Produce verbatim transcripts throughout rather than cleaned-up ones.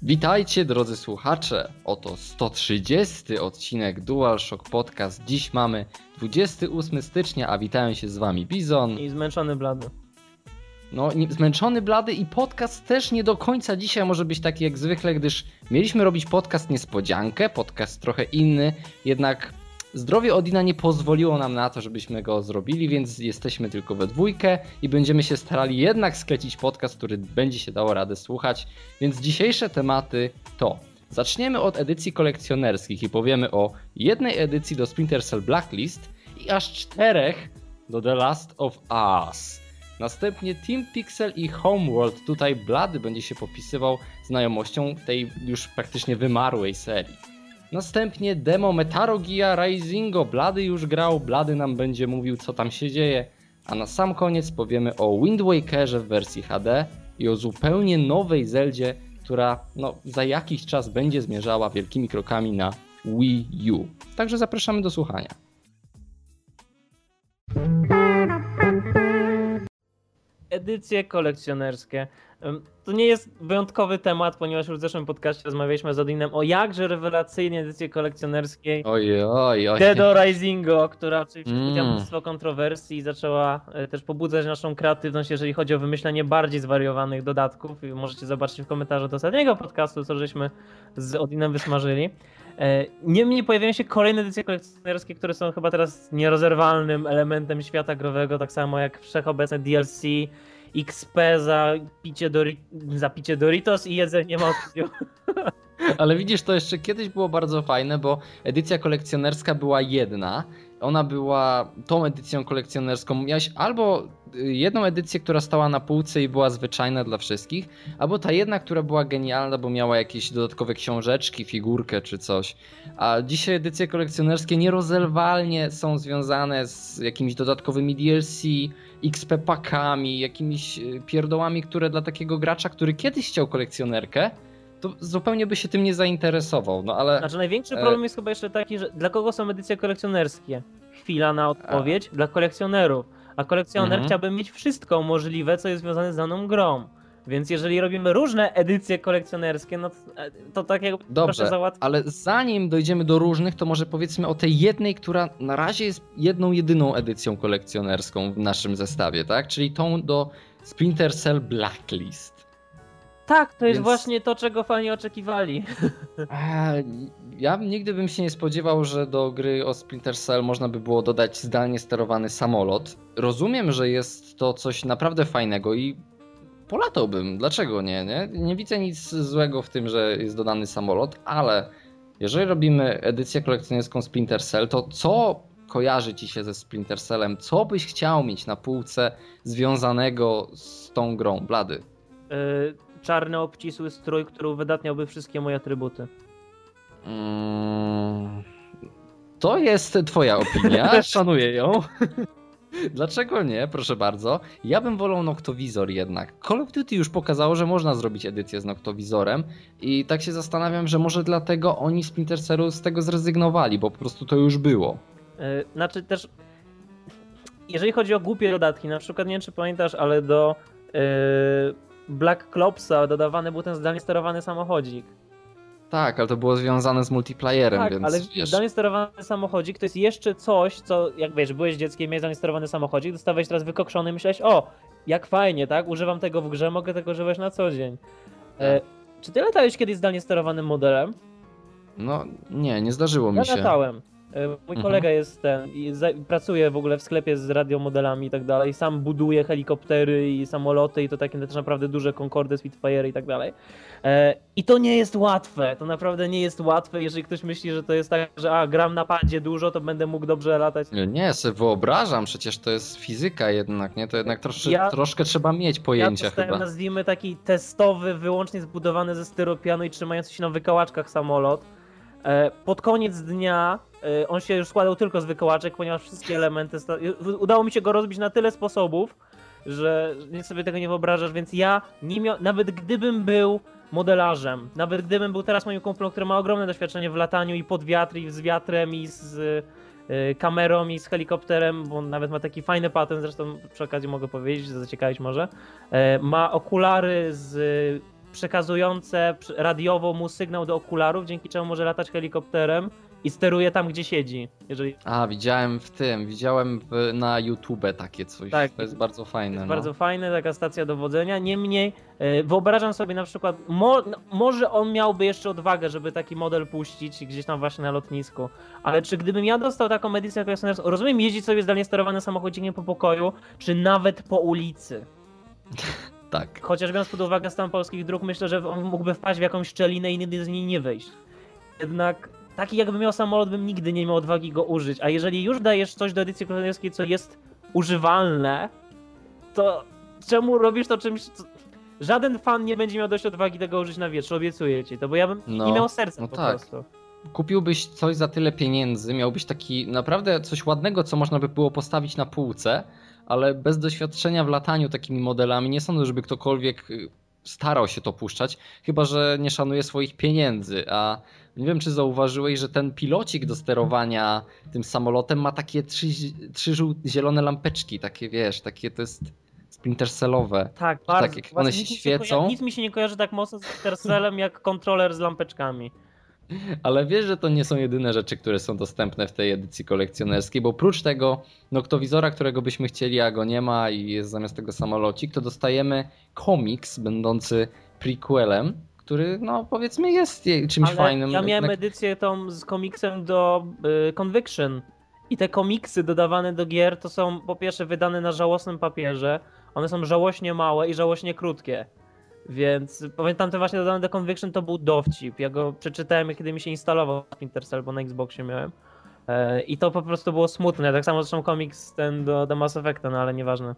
Witajcie drodzy słuchacze, oto sto trzydziesty odcinek DualShock Podcast. Dziś mamy dwudziestego ósmego stycznia, a witają się z wami Bizon. I zmęczony blady. No, nie, zmęczony blady i podcast też nie do końca dzisiaj może być taki jak zwykle, gdyż mieliśmy robić podcast niespodziankę, podcast trochę inny, jednak zdrowie Odina nie pozwoliło nam na to, żebyśmy go zrobili, więc jesteśmy tylko we dwójkę i będziemy się starali jednak sklecić podcast, który będzie się dało radę słuchać. Więc dzisiejsze tematy to: zaczniemy od edycji kolekcjonerskich i powiemy o jednej edycji do Splinter Cell Blacklist i aż czterech do The Last of Us. Następnie Team Pixel i Homeworld. Tutaj Blady będzie się popisywał znajomością tej już praktycznie wymarłej serii. Następnie demo Metaro Gear Risingo. Blady już grał, Blady nam będzie mówił, co tam się dzieje. A na sam koniec powiemy o Wind Wakerze w wersji H D i o zupełnie nowej Zeldzie, która no, za jakiś czas będzie zmierzała wielkimi krokami na Wii U. Także zapraszamy do słuchania. Edycje kolekcjonerskie. To nie jest wyjątkowy temat, ponieważ już w zeszłym podcaście rozmawialiśmy z Odinem o jakże rewelacyjnej edycji kolekcjonerskiej Oj, oj, oj. Dead or Risingo, która oczywiście Mm. budziła mnóstwo kontrowersji i zaczęła e, też pobudzać naszą kreatywność, jeżeli chodzi o wymyślenie bardziej zwariowanych dodatków. I możecie zobaczyć w komentarzu do ostatniego podcastu, co żeśmy z Odinem wysmażyli. E, Niemniej pojawiają się kolejne edycje kolekcjonerskie, które są chyba teraz nierozerwalnym elementem świata growego, tak samo jak wszechobecne D L C, X P za picie, Dori- za picie Doritos i jedzenie Mountain Dew. Ale widzisz, to jeszcze kiedyś było bardzo fajne, bo edycja kolekcjonerska była jedna. Ona była tą edycją kolekcjonerską. Miałeś albo jedną edycję, która stała na półce i była zwyczajna dla wszystkich, albo ta jedna, która była genialna, bo miała jakieś dodatkowe książeczki, figurkę czy coś. A dzisiaj edycje kolekcjonerskie nierozerwalnie są związane z jakimiś dodatkowymi D L C, X P pakami, jakimiś pierdołami, które dla takiego gracza, który kiedyś chciał kolekcjonerkę, to zupełnie by się tym nie zainteresował, no ale... Znaczy największy problem jest chyba jeszcze taki, że dla kogo są edycje kolekcjonerskie? Chwila na odpowiedź. Dla kolekcjonerów. A kolekcjoner Mhm. chciałby mieć wszystko możliwe, co jest związane z daną grą. Więc jeżeli robimy różne edycje kolekcjonerskie, no to, to tak jakby Dobrze, proszę załatwić. ale zanim dojdziemy do różnych, to może powiedzmy o tej jednej, która na razie jest jedną, jedyną edycją kolekcjonerską w naszym zestawie, tak? Czyli tą do Splinter Cell Blacklist. Tak, to jest Więc- właśnie to, czego fani oczekiwali. Eee, Ja nigdy bym się nie spodziewał, że do gry o Splinter Cell można by było dodać zdalnie sterowany samolot. Rozumiem, że jest to coś naprawdę fajnego i polatałbym. Dlaczego nie, nie? Nie widzę nic złego w tym, że jest dodany samolot, ale jeżeli robimy edycję kolekcjonerską Splinter Cell, to co kojarzy ci się ze Splinter Cellem? Co byś chciał mieć na półce związanego z tą grą, Blady? Yy, czarny, obcisły strój, który uwydatniałby wszystkie moje atrybuty. Mm, To jest twoja opinia, szanuję ją. Dlaczego nie? Proszę bardzo. Ja bym wolał noktowizor jednak. Call of Duty już pokazało, że można zrobić edycję z noktowizorem i tak się zastanawiam, że może dlatego oni Splinter Cellu z tego zrezygnowali, bo po prostu to już było. Yy, znaczy też, jeżeli chodzi o głupie dodatki, na przykład nie wiem czy pamiętasz, ale do yy, Black Clopsa dodawany był ten zdalnie sterowany samochodzik. Tak, ale to było związane z multiplayerem, Tak, więc ale wiesz... zdalnie sterowany samochodzik to jest jeszcze coś, co jak wiesz, byłeś dzieckiem, miałeś zdalnie sterowany samochodzik, dostałeś teraz wykokszony i myślałeś, o, jak fajnie, tak, używam tego w grze, mogę tego używać na co dzień. E, czy ty latałeś kiedyś zdalnie sterowanym modelem? No nie, nie zdarzyło mi Ja się. latałem. E, Mój Mhm. kolega jest ten i za, pracuje w ogóle w sklepie z radiomodelami i tak dalej. Sam buduje helikoptery i samoloty i to takie też naprawdę duże Concorde, Spitfire i tak dalej. E, I to nie jest łatwe. To naprawdę nie jest łatwe, jeżeli ktoś myśli, że to jest tak, że a, gram na padzie dużo, to będę mógł dobrze latać. Nie, Nie, sobie wyobrażam, przecież to jest fizyka jednak, nie? To jednak trosze, Ja- troszkę trzeba mieć Ja pojęcia dostałem, chyba. nazwijmy taki testowy, wyłącznie zbudowany ze styropianu i trzymający się na wykałaczkach samolot. E, Pod koniec dnia e, on się już składał tylko z wykałaczek, ponieważ wszystkie elementy... sta- Udało mi się go rozbić na tyle sposobów, że nikt sobie tego nie wyobrażasz, więc ja nie miał... Nawet gdybym był modelarzem, nawet gdybym był teraz moim kumplem, który ma ogromne doświadczenie w lataniu i pod wiatr, i z wiatrem, i z e, kamerą, i z helikopterem, bo on nawet ma taki fajny patent, zresztą przy okazji mogę powiedzieć, że zaciekawić może. E, Ma okulary z przekazujące radiowo mu sygnał do okularów, dzięki czemu może latać helikopterem i steruje tam, gdzie siedzi. Jeżeli... A, widziałem w tym, widziałem w, na YouTube takie coś, Tak, to jest bardzo fajne. Jest no. bardzo fajne, taka stacja dowodzenia. Niemniej yy, wyobrażam sobie na przykład, mo, no, może on miałby jeszcze odwagę, żeby taki model puścić gdzieś tam właśnie na lotnisku, ale czy gdybym ja dostał taką edycję kolekcjonerską, rozumiem jeździć sobie zdalnie sterowanym samochodzikiem po pokoju, czy nawet po ulicy. Tak. Chociaż biorąc pod uwagę stan polskich dróg, myślę, że on mógłby wpaść w jakąś szczelinę i nigdy z niej nie wyjść. Jednak taki jakby miał samolot, bym nigdy nie miał odwagi go użyć. A jeżeli już dajesz coś do edycji kolekcjonerskiej, co jest używalne, to czemu robisz to czymś... Co... Żaden fan nie będzie miał dość odwagi tego użyć na wietrze, obiecuję ci to, bo ja bym No, nie miał serca no po tak. prostu. Kupiłbyś coś za tyle pieniędzy, miałbyś taki naprawdę coś ładnego, co można by było postawić na półce, ale bez doświadczenia w lataniu takimi modelami nie sądzę, żeby ktokolwiek starał się to puszczać, chyba że nie szanuje swoich pieniędzy, a nie wiem, czy zauważyłeś, że ten pilocik do sterowania tym samolotem ma takie trzy, trzy żół- zielone lampeczki, takie wiesz, takie to jest splintercellowe. Tak, bardzo. Tak, jak one Właśnie się nic mi świecą. koja- nic mi się nie kojarzy tak mocno z Intercellem jak kontroler z lampeczkami. Ale wiesz, że to nie są jedyne rzeczy, które są dostępne w tej edycji kolekcjonerskiej, bo oprócz tego noktowizora, którego byśmy chcieli, a go nie ma i jest zamiast tego samolocik, to dostajemy komiks będący prequelem, który no powiedzmy jest je- czymś Ale fajnym. ja miałem Jednak- edycję tą z komiksem do y, Conviction i te komiksy dodawane do gier to są po pierwsze wydane na żałosnym papierze, one są żałośnie małe i żałośnie krótkie. Więc pamiętam, te właśnie dodane do Conviction to był dowcip. Ja go przeczytałem, kiedy mi się instalował Splinter Cell, bo na Xboxie miałem. E, I to po prostu było smutne. Tak samo zresztą komiks ten do, do Mass Effecta, no ale nieważne.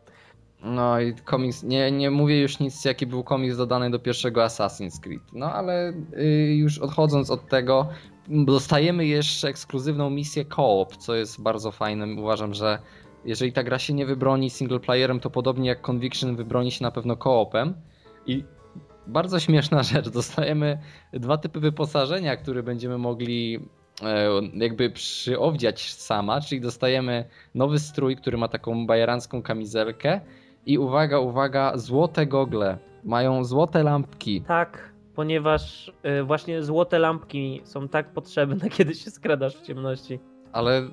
No i komiks, nie, nie mówię już nic, jaki był komiks dodany do pierwszego Assassin's Creed. No ale y, już odchodząc od tego, dostajemy jeszcze ekskluzywną misję co-op, co jest bardzo fajne. Uważam, że jeżeli ta gra się nie wybroni single playerem, to podobnie jak Conviction wybroni się na pewno co-opem. I bardzo śmieszna rzecz, dostajemy dwa typy wyposażenia, które będziemy mogli e, jakby przyowdziać sama, czyli dostajemy nowy strój, który ma taką bajerancką kamizelkę i uwaga, uwaga, złote gogle, mają złote lampki. Tak, ponieważ y, właśnie złote lampki są tak potrzebne, kiedy się skradasz w ciemności. Ale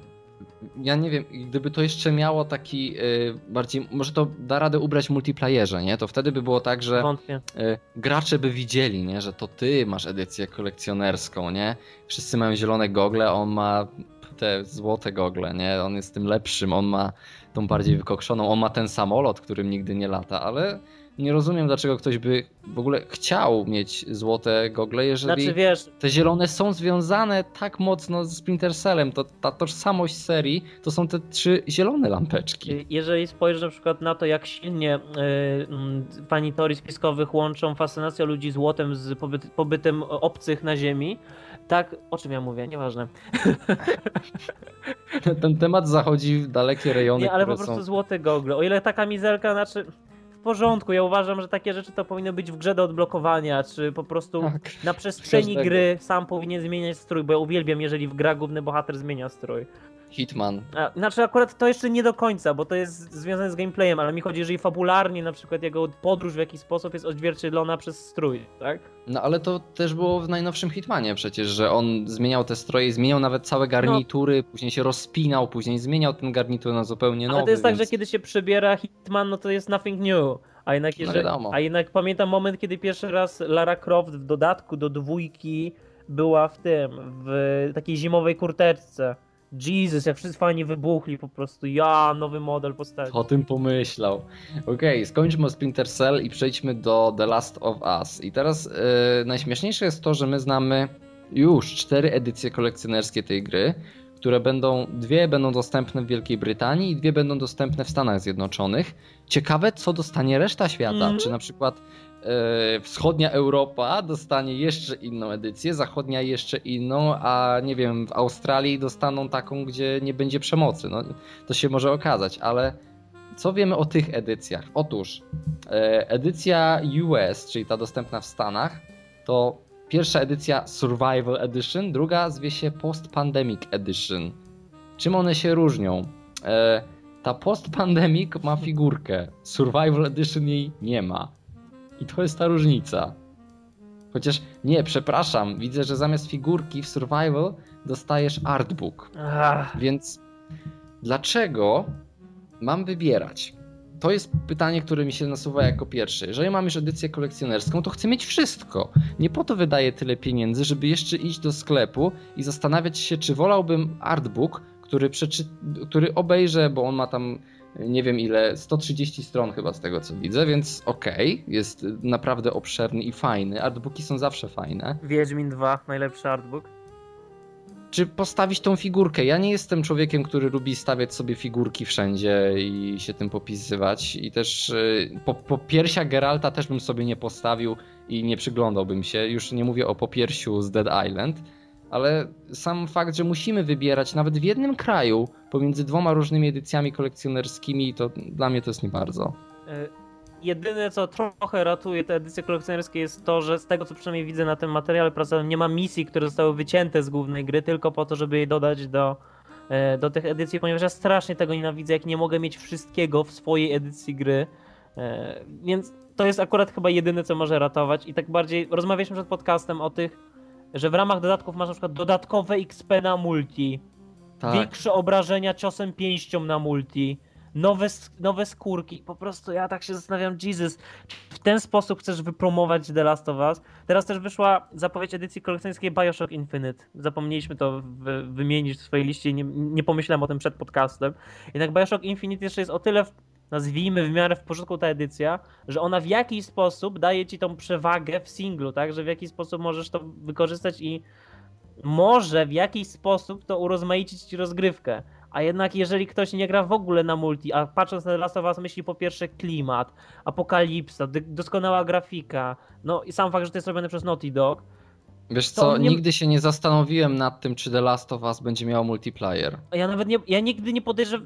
ja nie wiem, gdyby to jeszcze miało taki y, bardziej, może to da radę ubrać w multiplayerze, nie? To wtedy by było tak, że Wątpię. y, gracze by widzieli, nie? Że to ty masz edycję kolekcjonerską, nie? Wszyscy mają zielone gogle, a on ma te złote gogle, nie? On jest tym lepszym, on ma tą bardziej wykokszoną, on ma ten samolot, którym nigdy nie lata, ale nie rozumiem, dlaczego ktoś by w ogóle chciał mieć złote gogle, jeżeli Znaczy wiesz, te zielone są związane tak mocno z Splinter Cellem. To ta tożsamość serii to są te trzy zielone lampeczki. jeżeli spojrzysz na przykład na to, jak silnie y, y, pani teorii spiskowych łączą fascynację ludzi złotem z pobyt, pobytem obcych na ziemi, tak, o czym ja mówię, nieważne. Ten temat zachodzi w dalekie rejony, Nie, ale po które prostu są... złote gogle. O ile ta kamizelka, znaczy w porządku, ja uważam, że takie rzeczy to powinno być w grze do odblokowania, czy po prostu Tak, na przestrzeni każdego. gry sam powinien zmieniać strój, bo ja uwielbiam, jeżeli w gra główny bohater zmienia strój. Hitman. A, znaczy akurat to jeszcze nie do końca, bo to jest związane z gameplayem, ale mi chodzi, jeżeli fabularnie na przykład jego podróż w jakiś sposób jest odzwierciedlona przez strój, tak? No ale to też było w najnowszym Hitmanie przecież, że on zmieniał te stroje, zmieniał nawet całe garnitury, no. Później się rozpinał, później zmieniał ten garnitur na zupełnie nowy. Ale to jest tak, więc... że kiedy się przebiera Hitman, no to jest nothing new. A jednak, No jeżeli, wiadomo. a jednak pamiętam moment, kiedy pierwszy raz Lara Croft w dodatku do dwójki była w tym, w takiej zimowej kurteczce. Jesus, jak wszyscy fajnie wybuchli po prostu. Ja, nowy model postaci. O tym pomyślał. Okej, okay, skończmy o Splinter Cell i przejdźmy do The Last of Us. I teraz yy, najśmieszniejsze jest to, że my znamy już cztery edycje kolekcjonerskie tej gry, które będą, dwie będą dostępne w Wielkiej Brytanii i dwie będą dostępne w Stanach Zjednoczonych. Ciekawe, co dostanie reszta świata. Mm. Czy na przykład yy, wschodnia Europa dostanie jeszcze inną edycję, zachodnia jeszcze inną, a nie wiem, w Australii dostaną taką, gdzie nie będzie przemocy. No, to się może okazać, ale co wiemy o tych edycjach? Otóż yy, edycja U S, czyli ta dostępna w Stanach, to pierwsza edycja Survival Edition, druga zwie się Post-Pandemic Edition. Czym one się różnią? E, ta Post-Pandemic ma figurkę, Survival Edition jej nie ma. I to jest ta różnica. Chociaż nie, przepraszam, widzę, że zamiast figurki w Survival dostajesz artbook. Ach. Więc dlaczego mam wybierać? To jest pytanie, które mi się nasuwa jako pierwsze. Jeżeli mam już edycję kolekcjonerską, to chcę mieć wszystko. Nie po to wydaję tyle pieniędzy, żeby jeszcze iść do sklepu i zastanawiać się, czy wolałbym artbook, który, przeczy... który obejrzę, bo on ma tam nie wiem ile, sto trzydzieści stron chyba z tego co widzę, więc okej, okay, jest naprawdę obszerny i fajny. Artbooki są zawsze fajne. Wiedźmin dwa, najlepszy artbook. Czy postawić tą figurkę? Ja nie jestem człowiekiem, który lubi stawiać sobie figurki wszędzie i się tym popisywać. I też po, po piersiach Geralta też bym sobie nie postawił i nie przyglądałbym się. Już nie mówię o popiersiu z Dead Island. Ale sam fakt, że musimy wybierać nawet w jednym kraju pomiędzy dwoma różnymi edycjami kolekcjonerskimi, to dla mnie to jest nie bardzo. Jedyne co trochę ratuje te edycje kolekcjonerskie jest to, że z tego co przynajmniej widzę na tym materiale prasowym nie ma misji, które zostały wycięte z głównej gry, tylko po to, żeby je dodać do, do tych edycji, ponieważ ja strasznie tego nienawidzę, jak nie mogę mieć wszystkiego w swojej edycji gry. Więc to jest akurat chyba jedyne co może ratować i tak bardziej rozmawialiśmy przed podcastem o tych, że w ramach dodatków masz na przykład dodatkowe X P na multi, tak. Większe obrażenia ciosem pięścią na multi, nowe, nowe skórki. Po prostu ja tak się zastanawiam, Jesus, w ten sposób chcesz wypromować The Last of Us? Teraz też wyszła zapowiedź edycji kolekcjonerskiej BioShock Infinite. Zapomnieliśmy to w, wymienić w swojej liście, nie, nie pomyślałem o tym przed podcastem. Jednak BioShock Infinite jeszcze jest o tyle, w, nazwijmy w miarę w porządku ta edycja, że ona w jakiś sposób daje ci tą przewagę w singlu, tak? Że w jakiś sposób możesz to wykorzystać i może w jakiś sposób to urozmaicić ci rozgrywkę. A jednak jeżeli ktoś nie gra w ogóle na multi, a patrząc na The Last of Us myśli po pierwsze klimat, apokalipsa, doskonała grafika, no i sam fakt, że to jest robione przez Naughty Dog. Wiesz co, nie... nigdy się nie zastanowiłem nad tym, czy The Last of Us będzie miało multiplayer. Ja nawet nie, ja nigdy nie podejrzewam.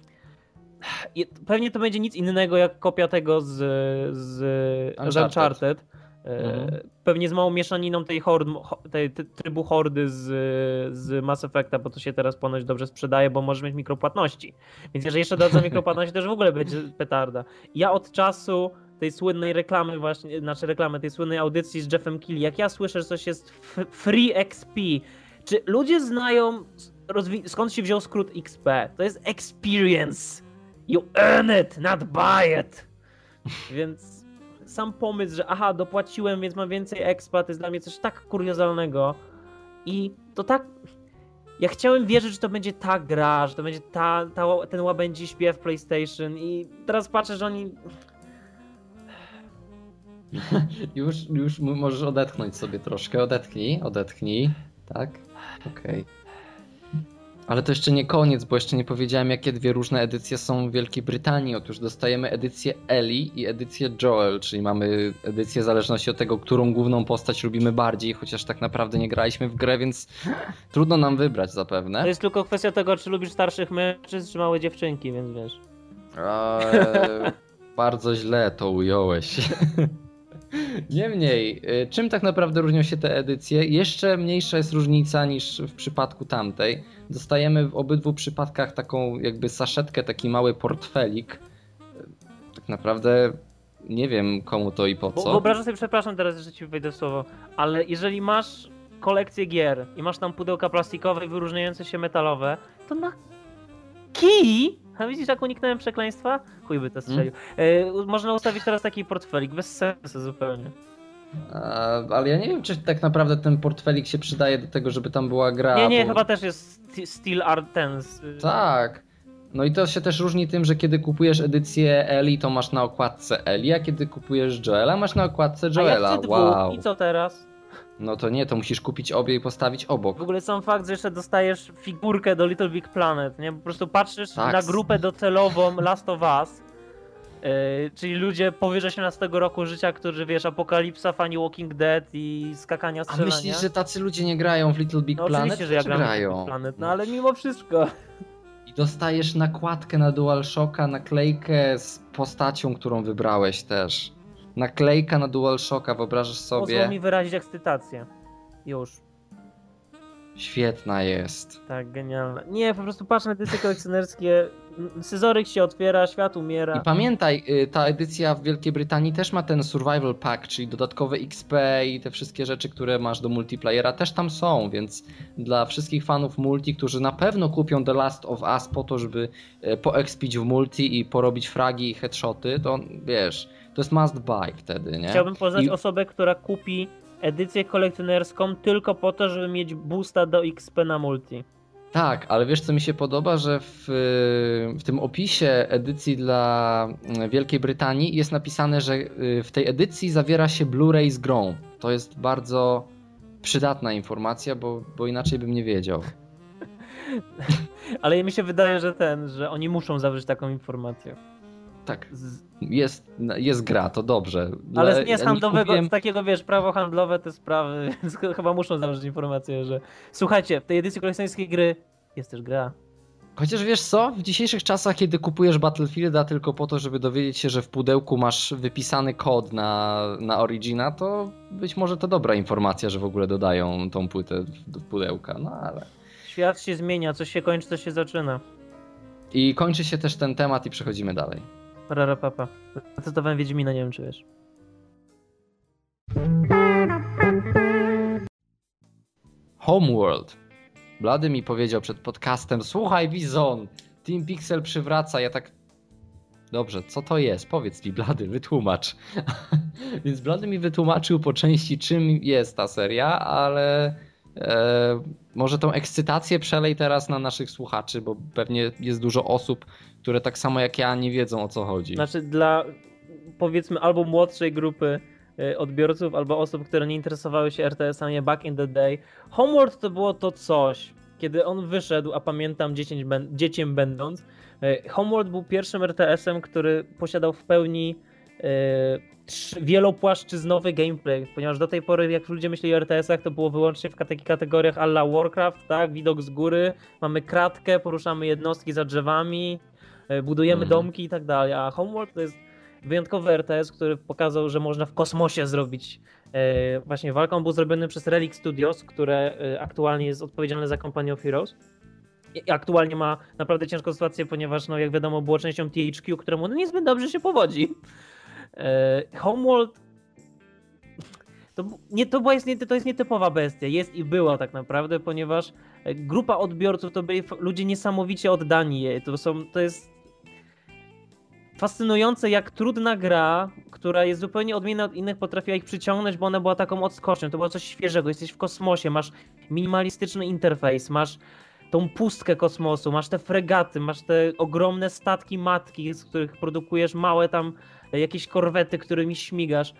Pewnie to będzie nic innego jak kopia tego z, z Uncharted. Uncharted. Mhm. Pewnie z małą mieszaniną tej, hord, tej trybu hordy z, z Mass Effecta, bo to się teraz ponoć dobrze sprzedaje, bo możesz mieć mikropłatności. Więc jeżeli jeszcze dodadzą mikropłatności, to już w ogóle będzie petarda. Ja od czasu tej słynnej reklamy właśnie, znaczy reklamy, tej słynnej audycji z Jeffem Keighley, jak ja słyszę, że coś jest free X P, czy ludzie znają skąd się wziął skrót X P? To jest experience. You earn it, not buy it. Więc sam pomysł, że aha, dopłaciłem, więc mam więcej expa, to jest dla mnie coś tak kuriozalnego. I to tak... Ja chciałem wierzyć, że to będzie ta gra, że to będzie ta, ta, ten łabędzi śpiew PlayStation i teraz patrzę, że oni... już, już możesz odetchnąć sobie troszkę, odetchnij, odetchnij, tak? Okej. Okay. Ale to jeszcze nie koniec, bo jeszcze nie powiedziałem, jakie dwie różne edycje są w Wielkiej Brytanii. Otóż dostajemy edycję Ellie i edycję Joel, czyli mamy edycję w zależności od tego, którą główną postać lubimy bardziej, chociaż tak naprawdę nie graliśmy w grę, więc trudno nam wybrać zapewne. To jest tylko kwestia tego, czy lubisz starszych mężczyzn, czy małe dziewczynki, więc wiesz. Eee, bardzo źle to ująłeś. Niemniej, czym tak naprawdę różnią się te edycje? Jeszcze mniejsza jest różnica niż w przypadku tamtej. Dostajemy w obydwu przypadkach taką jakby saszetkę, taki mały portfelik. Tak naprawdę nie wiem komu to i po co. Wyobrażam sobie, przepraszam teraz, że ci wejdę w słowo, ale jeżeli masz kolekcję gier i masz tam pudełka plastikowe i wyróżniające się metalowe, to na kij... A widzisz, jak uniknąłem przekleństwa? Chuj by to strzelił. Hmm. Yy, można ustawić teraz taki portfelik, bez sensu zupełnie. A, ale ja nie wiem, czy tak naprawdę ten portfelik się przydaje do tego, żeby tam była gra. Nie, nie, bo... chyba też jest Steel Art ten. Tak. No i to się też różni tym, że kiedy kupujesz edycję Ellie, to masz na okładce Ellie, a kiedy kupujesz Joela, masz na okładce Joela. A ja chcę wow. dwóch. I co teraz? No to nie, to musisz kupić obie i postawić obok. W ogóle sam fakt, że jeszcze dostajesz figurkę do Little Big Planet, nie? Po prostu patrzysz tak. na grupę docelową Last of Us, yy, czyli ludzie powyżej osiemnastego roku życia, którzy wiesz, apokalipsa, fani Walking Dead i skakania, strzelania. A myślisz, że tacy ludzie nie grają w Little Big no, Planet? Oczywiście, że ja gram grają. w Little Big Planet, no ale mimo wszystko. I dostajesz nakładkę na DualShocka, naklejkę z postacią, którą wybrałeś też. Naklejka na DualShocka, wyobrażasz sobie? Pozwól mi wyrazić ekscytację. Już. Świetna jest. Tak, genialna. Nie, po prostu patrz na edycje kolekcjonerskie, scyzoryk się otwiera, świat umiera. I pamiętaj, ta edycja w Wielkiej Brytanii też ma ten survival pack, czyli dodatkowe X P i te wszystkie rzeczy, które masz do multiplayera też tam są, więc dla wszystkich fanów multi, którzy na pewno kupią The Last of Us po to, żeby poekspić w multi i porobić fragi i headshoty, to wiesz, to jest must buy wtedy, nie? Chciałbym poznać I... osobę, która kupi edycję kolekcjonerską tylko po to, żeby mieć boosta do X P na multi. Tak, ale wiesz co mi się podoba, że w, w tym opisie edycji dla Wielkiej Brytanii jest napisane, że w tej edycji zawiera się Blu-ray z grą. To jest bardzo przydatna informacja, bo, bo inaczej bym nie wiedział. Ale mi się wydaje, że ten, że oni muszą zawrzeć taką informację. Tak, jest, jest gra, to dobrze. Ale z nie z ja handlowego, kupiłem... z takiego wiesz, prawo handlowe te sprawy, więc chyba muszą zawrzeć informację, że słuchajcie, w tej edycji kolekcjonerskiej gry jest też gra. Chociaż wiesz co, w dzisiejszych czasach, kiedy kupujesz Battlefielda tylko po to, żeby dowiedzieć się, że w pudełku masz wypisany kod na, na Origina, to być może to dobra informacja, że w ogóle dodają tą płytę do pudełka, no ale... Świat się zmienia, coś się kończy, coś się zaczyna. I kończy się też ten temat i przechodzimy dalej. Rara papa. Zacytowałem Wiedźmina, nie wiem czy wiesz. Homeworld. Blady mi powiedział przed podcastem, słuchaj Bizon, Team Pixel przywraca, ja tak... Dobrze, co to jest? Powiedz mi, Blady, wytłumacz. Więc Blady mi wytłumaczył po części, czym jest ta seria, ale e, może tą ekscytację przelej teraz na naszych słuchaczy, bo pewnie jest dużo osób, które tak samo jak ja nie wiedzą, o co chodzi. Znaczy dla, powiedzmy, albo młodszej grupy odbiorców, albo osób, które nie interesowały się R T S-ami back in the day. Homeworld to było to coś, kiedy on wyszedł, a pamiętam dziecię, dzieciem będąc, Homeworld był pierwszym R T S-em, który posiadał w pełni e, wielopłaszczyznowy gameplay, ponieważ do tej pory jak ludzie myśleli o R T S-ach, to było wyłącznie w takich kategoriach a la Warcraft, tak, widok z góry, mamy kratkę, poruszamy jednostki za drzewami, e, budujemy Mhm. domki i tak dalej, a Homeworld to jest wyjątkowy R T S, który pokazał, że można w kosmosie zrobić e, właśnie walkę. On był zrobiony przez Relic Studios, które e, aktualnie jest odpowiedzialne za Company of Heroes. I aktualnie ma naprawdę ciężką sytuację, ponieważ no, jak wiadomo było częścią T H Q, któremu no, niezbyt dobrze się powodzi. E, Homeworld to, nie, to, była jest, nie, to jest nietypowa bestia, jest i była tak naprawdę, ponieważ grupa odbiorców to byli ludzie niesamowicie oddani jej. To, są, to jest fascynujące, jak trudna gra, która jest zupełnie odmienna od innych, potrafiła ich przyciągnąć, bo ona była taką odskocznią. To było coś świeżego, jesteś w kosmosie, masz minimalistyczny interfejs, masz tą pustkę kosmosu, masz te fregaty, masz te ogromne statki matki, z których produkujesz małe tam jakieś korwety, którymi śmigasz.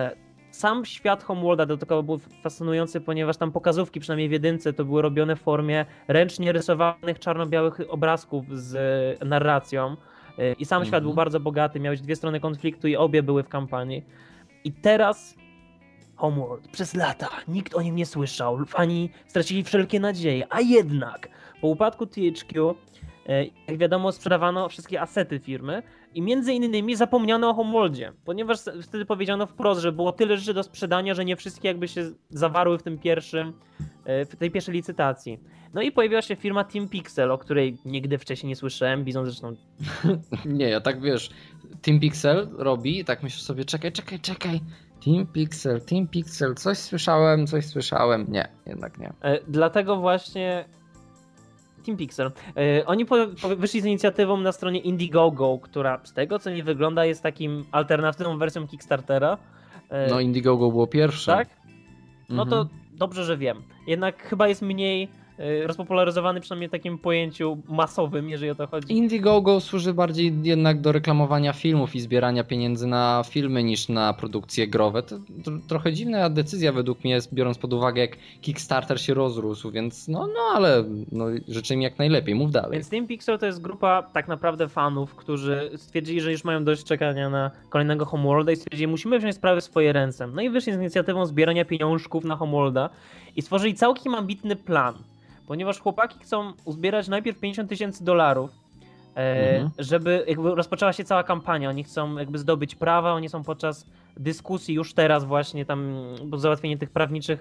Sam świat Homeworlda do tego był fascynujący, ponieważ tam pokazówki, przynajmniej w jedynce, to były robione w formie ręcznie rysowanych czarno-białych obrazków z narracją. I sam świat był bardzo bogaty, miałeś dwie strony konfliktu i obie były w kampanii. I teraz Homeworld, przez lata nikt o nim nie słyszał, fani stracili wszelkie nadzieje, a jednak po upadku T H Q, jak wiadomo, sprzedawano wszystkie asety firmy i między innymi zapomniano o Homeworldzie, ponieważ wtedy powiedziano wprost, że było tyle rzeczy do sprzedania, że nie wszystkie jakby się zawarły w tym pierwszym, w tej pierwszej licytacji. No i pojawiła się firma Team Pixel, o której nigdy wcześniej nie słyszałem, Bizon zresztą. Nie, ja tak wiesz, Team Pixel robi i tak myślę sobie, czekaj, czekaj, czekaj, Team Pixel, Team Pixel, coś słyszałem, coś słyszałem, nie, jednak nie. E, dlatego właśnie Team Pixel, e, oni po, po, wyszli z inicjatywą na stronie Indiegogo, która z tego co nie wygląda jest takim alternatywną wersją Kickstartera. E, no Indiegogo było pierwsze. Tak? No mhm. to dobrze, że wiem. Jednak chyba jest mniej rozpopularyzowany przynajmniej w takim pojęciu masowym, jeżeli o to chodzi. Indiegogo służy bardziej jednak do reklamowania filmów i zbierania pieniędzy na filmy niż na produkcje growe. To trochę dziwna decyzja według mnie, biorąc pod uwagę jak Kickstarter się rozrósł, więc no, no ale no, życzę im jak najlepiej, mów dalej. Więc Team Pixel to jest grupa tak naprawdę fanów, którzy stwierdzili, że już mają dość czekania na kolejnego Homeworlda i stwierdzili, musimy wziąć sprawy w swoje ręce. No i wyszli z inicjatywą zbierania pieniążków na Homeworlda i stworzyli całkiem ambitny plan. Ponieważ chłopaki chcą uzbierać najpierw pięćdziesiąt tysięcy dolarów, mhm. żeby jakby rozpoczęła się cała kampania. Oni chcą jakby zdobyć prawa, oni są podczas dyskusji już teraz właśnie tam, bo załatwienie tych prawniczych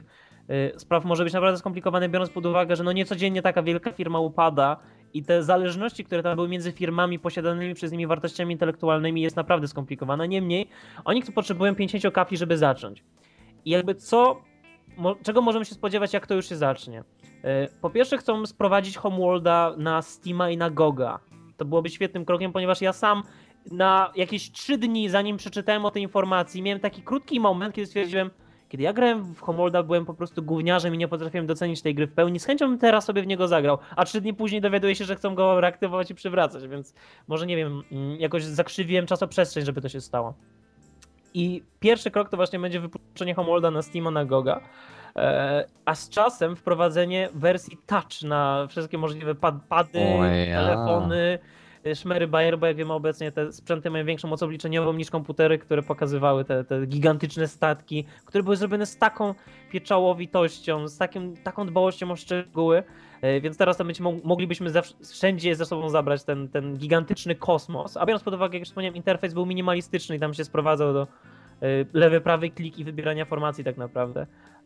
spraw może być naprawdę skomplikowane, biorąc pod uwagę, że no niecodziennie taka wielka firma upada i te zależności, które tam były między firmami posiadanymi przez nimi wartościami intelektualnymi jest naprawdę skomplikowane. Niemniej oni potrzebują pięćdziesiąt kapli, żeby zacząć. I jakby co, mo, czego możemy się spodziewać, jak to już się zacznie? Po pierwsze chcą sprowadzić Homeworlda na Steama i na Goga. To byłoby świetnym krokiem, ponieważ ja sam na jakieś trzy dni, zanim przeczytałem o tej informacji, miałem taki krótki moment, kiedy stwierdziłem, kiedy ja grałem w Homeworlda, byłem po prostu gówniarzem i nie potrafiłem docenić tej gry w pełni. Z chęcią bym teraz sobie w niego zagrał, a trzy dni później dowiaduję się, że chcą go reaktywować i przywracać, więc może nie wiem, jakoś zakrzywiłem czasoprzestrzeń, żeby to się stało. I pierwszy krok to właśnie będzie wypuszczenie Homeworlda na Steama, na Goga, a z czasem wprowadzenie wersji touch na wszystkie możliwe pad pady, ja. telefony, szmery bajer, bo jak wiemy obecnie te sprzęty mają większą moc obliczeniową niż komputery, które pokazywały te, te gigantyczne statki, które były zrobione z taką pieczołowitością, z takim, taką dbałością o szczegóły, więc teraz to będzie, moglibyśmy zawsze, wszędzie ze sobą zabrać ten, ten gigantyczny kosmos, a biorąc pod uwagę, jak już wspomniałem, interfejs był minimalistyczny i tam się sprowadzał do lewy, prawy klik i wybierania formacji tak naprawdę.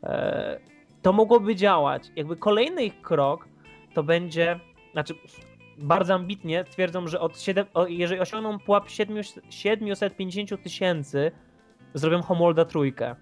To mogłoby działać. Jakby kolejny ich krok to będzie, znaczy bardzo ambitnie twierdzą, że od siedem, jeżeli osiągną pułap siedemset pięćdziesiąt tysięcy, zrobią Homeworlda trójkę.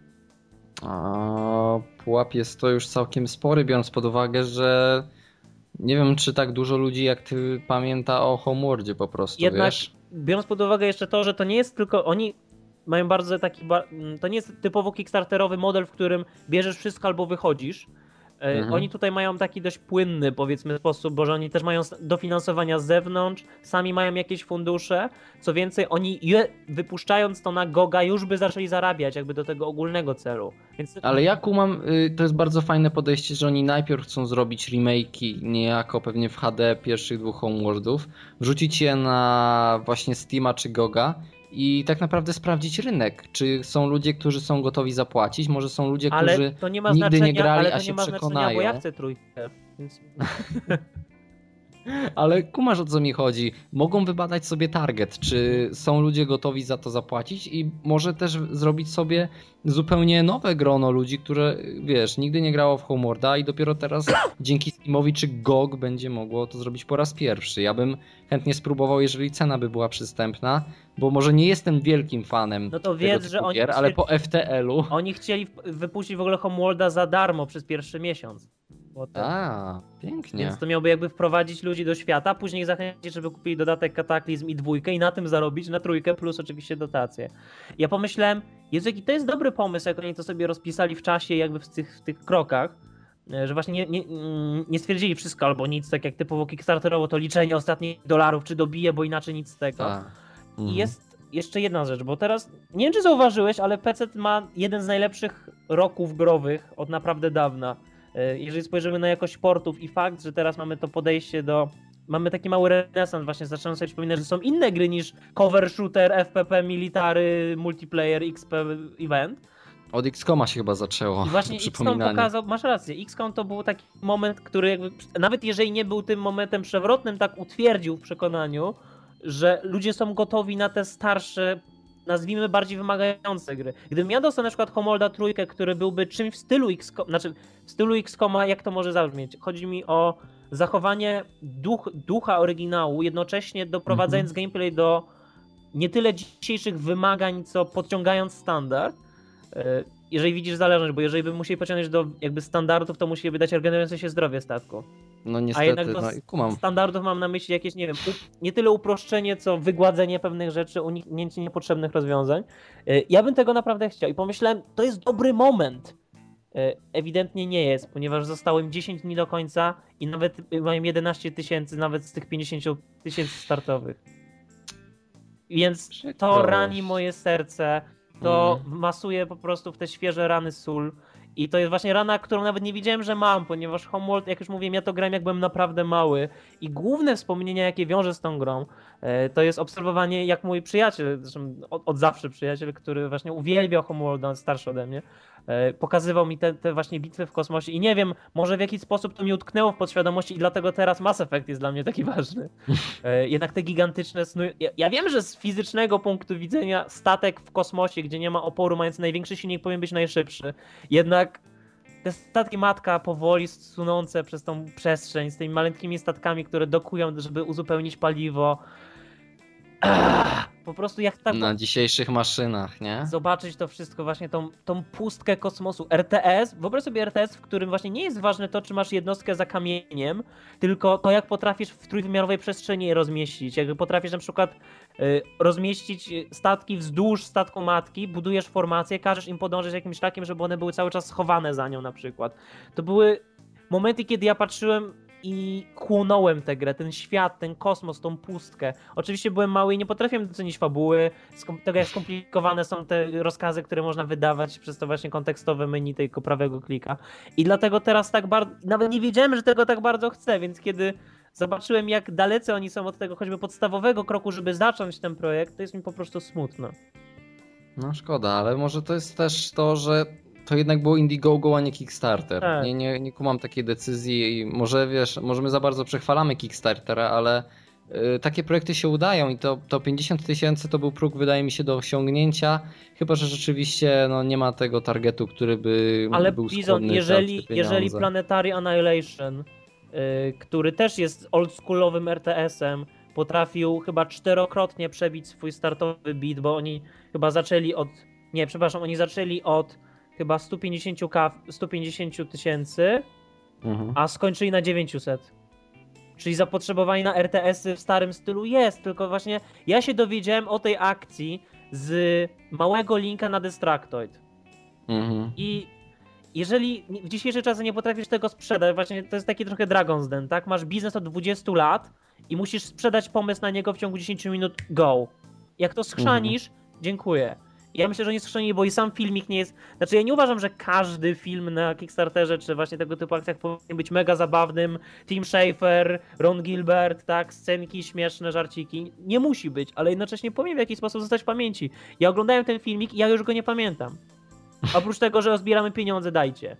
A pułap jest to już całkiem spory, biorąc pod uwagę, że nie wiem, czy tak dużo ludzi jak ty pamięta o Homeworldzie po prostu, Jednak, wiesz? Biorąc pod uwagę jeszcze to, że to nie jest tylko, oni mają bardzo taki, to nie jest typowo kickstarterowy model, w którym bierzesz wszystko albo wychodzisz. Mhm. Oni tutaj mają taki dość płynny, powiedzmy, sposób, bo że oni też mają dofinansowania z zewnątrz, sami mają jakieś fundusze. Co więcej, oni je, wypuszczając to na Goga, już by zaczęli zarabiać jakby do tego ogólnego celu. Więc... Ale ja kumam, to jest bardzo fajne podejście, że oni najpierw chcą zrobić remake'i niejako pewnie w H D pierwszych dwóch Homeworldów, wrzucić je na właśnie Steama czy Goga i tak naprawdę sprawdzić rynek. Czy są ludzie, którzy są gotowi zapłacić, może są ludzie, ale którzy to nie ma nigdy znaczenia, nie grali, ale to a nie się ma przekonają. Znaczenia, bo ja chcę trójkę. Więc... Ale kumasz, o co mi chodzi. Mogą wybadać sobie target, czy są ludzie gotowi za to zapłacić i może też zrobić sobie zupełnie nowe grono ludzi, które, wiesz, nigdy nie grało w Homeworlda i dopiero teraz dzięki Steamowi czy G O G będzie mogło to zrobić po raz pierwszy. Ja bym chętnie spróbował, jeżeli cena by była przystępna, bo może nie jestem wielkim fanem no to tego wiedz, typu że oni gier, chcieli, ale po F T L-u... Oni chcieli wypuścić w ogóle Homeworlda za darmo przez pierwszy miesiąc. Potem. A, pięknie. Więc to miałby jakby wprowadzić ludzi do świata, później zachęcić, żeby kupili dodatek Kataklizm i dwójkę i na tym zarobić, na trójkę plus oczywiście dotacje. Ja pomyślałem, Jezu, jaki to jest dobry pomysł, jak oni to sobie rozpisali w czasie jakby w tych, w tych krokach, że właśnie nie, nie, nie stwierdzili wszystko albo nic, tak jak typowo Kickstarterowo to liczenie ostatnich dolarów, czy dobije, bo inaczej nic z tego. Mhm. I jest jeszcze jedna rzecz, bo teraz, nie wiem czy zauważyłeś, ale P C ma jeden z najlepszych roków growych od naprawdę dawna. Jeżeli spojrzymy na jakość portów i fakt, że teraz mamy to podejście do... Mamy taki mały renesans, właśnie zaczynam sobie przypominać, że są inne gry niż cover shooter, F P P, military, multiplayer, X P event. Od X COMa się chyba zaczęło. I właśnie X COM pokazał, masz rację, X COM to był taki moment, który jakby, nawet jeżeli nie był tym momentem przewrotnym, tak utwierdził w przekonaniu, że ludzie są gotowi na te starsze, nazwijmy bardziej wymagające gry. Gdybym ja dostał na przykład Homeworlda trójkę, który byłby czymś w stylu X COM, znaczy w stylu X COMa, jak to może zabrzmieć? Chodzi mi o zachowanie duch, ducha oryginału, jednocześnie doprowadzając mm-hmm. gameplay do nie tyle dzisiejszych wymagań, co podciągając standard. Jeżeli widzisz zależność, bo jeżeli by musieli pociągnąć do jakby standardów, to musieliby dać regenerujące się zdrowie statku. No niestety, a jednak do no, kumam. standardów mam na myśli jakieś, nie wiem, nie tyle uproszczenie, co wygładzenie pewnych rzeczy, uniknięcie niepotrzebnych rozwiązań. Ja bym tego naprawdę chciał i pomyślałem, to jest dobry moment. Ewidentnie nie jest, ponieważ zostało im dziesięć dni do końca i nawet mają jedenaście tysięcy, nawet z tych pięćdziesiąt tysięcy startowych. Więc to rani moje serce, to mm. masuje po prostu w te świeże rany sól. I to jest właśnie rana, którą nawet nie wiedziałem, że mam, ponieważ Homeworld, jak już mówiłem, ja to grałem jak byłem naprawdę mały i główne wspomnienia, jakie wiążę z tą grą, to jest obserwowanie, jak mój przyjaciel, zresztą od, od zawsze przyjaciel, który właśnie uwielbiał Homeworlda, starszy ode mnie, pokazywał mi te, te właśnie bitwy w kosmosie i nie wiem, może w jakiś sposób to mi utknęło w podświadomości i dlatego teraz Mass Effect jest dla mnie taki ważny. Jednak te gigantyczne sny... Ja, ja wiem, że z fizycznego punktu widzenia statek w kosmosie, gdzie nie ma oporu, mając największy silnik, powinien być najszybszy. Jednak te statki matka powoli sunące przez tą przestrzeń z tymi maleńkimi statkami, które dokują, żeby uzupełnić paliwo. Ach, po prostu jak tak Na dzisiejszych maszynach, nie? zobaczyć to wszystko, właśnie tą, tą pustkę kosmosu. R T S, wyobraź sobie R T S, w którym właśnie nie jest ważne to, czy masz jednostkę za kamieniem, tylko to, jak potrafisz w trójwymiarowej przestrzeni je rozmieścić. Jak potrafisz na przykład y, rozmieścić statki wzdłuż statku matki, budujesz formację, każesz im podążać jakimś szlakiem, żeby one były cały czas schowane za nią na przykład. To były momenty, kiedy ja patrzyłem i chłonąłem tę grę, ten świat, ten kosmos, tą pustkę. Oczywiście byłem mały i nie potrafiłem docenić fabuły, tego jak skomplikowane są te rozkazy, które można wydawać przez to właśnie kontekstowe menu tego prawego klika. I dlatego teraz tak bardzo, nawet nie wiedziałem, że tego tak bardzo chcę, więc kiedy zobaczyłem, jak dalecy oni są od tego choćby podstawowego kroku, żeby zacząć ten projekt, to jest mi po prostu smutno. No szkoda, ale może to jest też to, że to jednak było Indiegogo, a nie Kickstarter. Tak. Nie, nie, nie kumam takiej decyzji i może wiesz, może my za bardzo przechwalamy Kickstartera, ale y, takie projekty się udają i to, to pięćdziesiąt tysięcy to był próg, wydaje mi się, do osiągnięcia, chyba że rzeczywiście no, nie ma tego targetu, który by Ale był Bizon, skłonny jeżeli, dać te jeżeli pieniądze. Planetary Annihilation, yy, który też jest oldschoolowym R T S-em, potrafił chyba czterokrotnie przebić swój startowy bid, bo oni chyba zaczęli od, nie, przepraszam, oni zaczęli od chyba sto pięćdziesiąt tysięcy, Mhm. a skończyli na dziewięćset. Czyli zapotrzebowanie na R T S-y w starym stylu jest, tylko właśnie ja się dowiedziałem o tej akcji z małego linka na Destructoid. Mhm. I jeżeli w dzisiejszych czasach nie potrafisz tego sprzedać, właśnie to jest taki trochę Dragon's Den, tak? Masz biznes od dwudziestu lat i musisz sprzedać pomysł na niego w ciągu dziesięciu minut, go. Jak to schrzanisz, mhm. dziękuję. Ja myślę, że nie schrzanili, bo i sam filmik nie jest... Znaczy ja nie uważam, że każdy film na Kickstarterze, czy właśnie tego typu akcjach powinien być mega zabawnym. Tim Schafer, Ron Gilbert, tak? Scenki, śmieszne żarciki. Nie musi być, ale jednocześnie powinien w jakiś sposób zostać w pamięci. Ja oglądałem ten filmik i ja już go nie pamiętam. Oprócz tego, że zbieramy pieniądze, dajcie.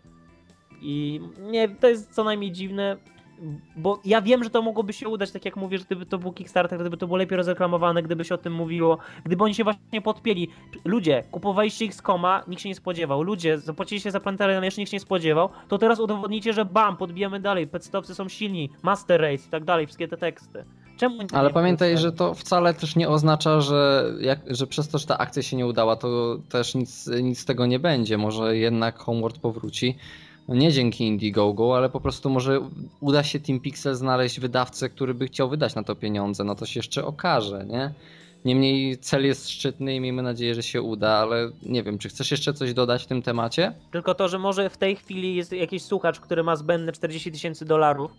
I nie, to jest co najmniej dziwne, bo ja wiem, że to mogłoby się udać, tak jak mówię, że gdyby to był Kickstarter, gdyby to było lepiej rozreklamowane, gdyby się o tym mówiło, gdyby oni się właśnie podpięli. Ludzie, kupowaliście X koma, nikt się nie spodziewał. Ludzie, zapłaciliście za Planetary Annihilation, nikt się nie spodziewał, to teraz udowodnicie, że bam, podbijamy dalej, petstopsy są silni, Master Race i tak dalej, wszystkie te teksty. Czemu oni Ale nie pamiętaj, korzystają? że to wcale też nie oznacza, że, jak, że przez to, że ta akcja się nie udała, to też nic, nic z tego nie będzie. Może jednak Homeworld powróci. No nie dzięki Indiegogo, ale po prostu może uda się Team Pixel znaleźć wydawcę, który by chciał wydać na to pieniądze. No to się jeszcze okaże, nie? Niemniej cel jest szczytny i miejmy nadzieję, że się uda, ale nie wiem, czy chcesz jeszcze coś dodać w tym temacie? Tylko to, że może w tej chwili jest jakiś słuchacz, który ma zbędne czterdzieści tysięcy dolarów.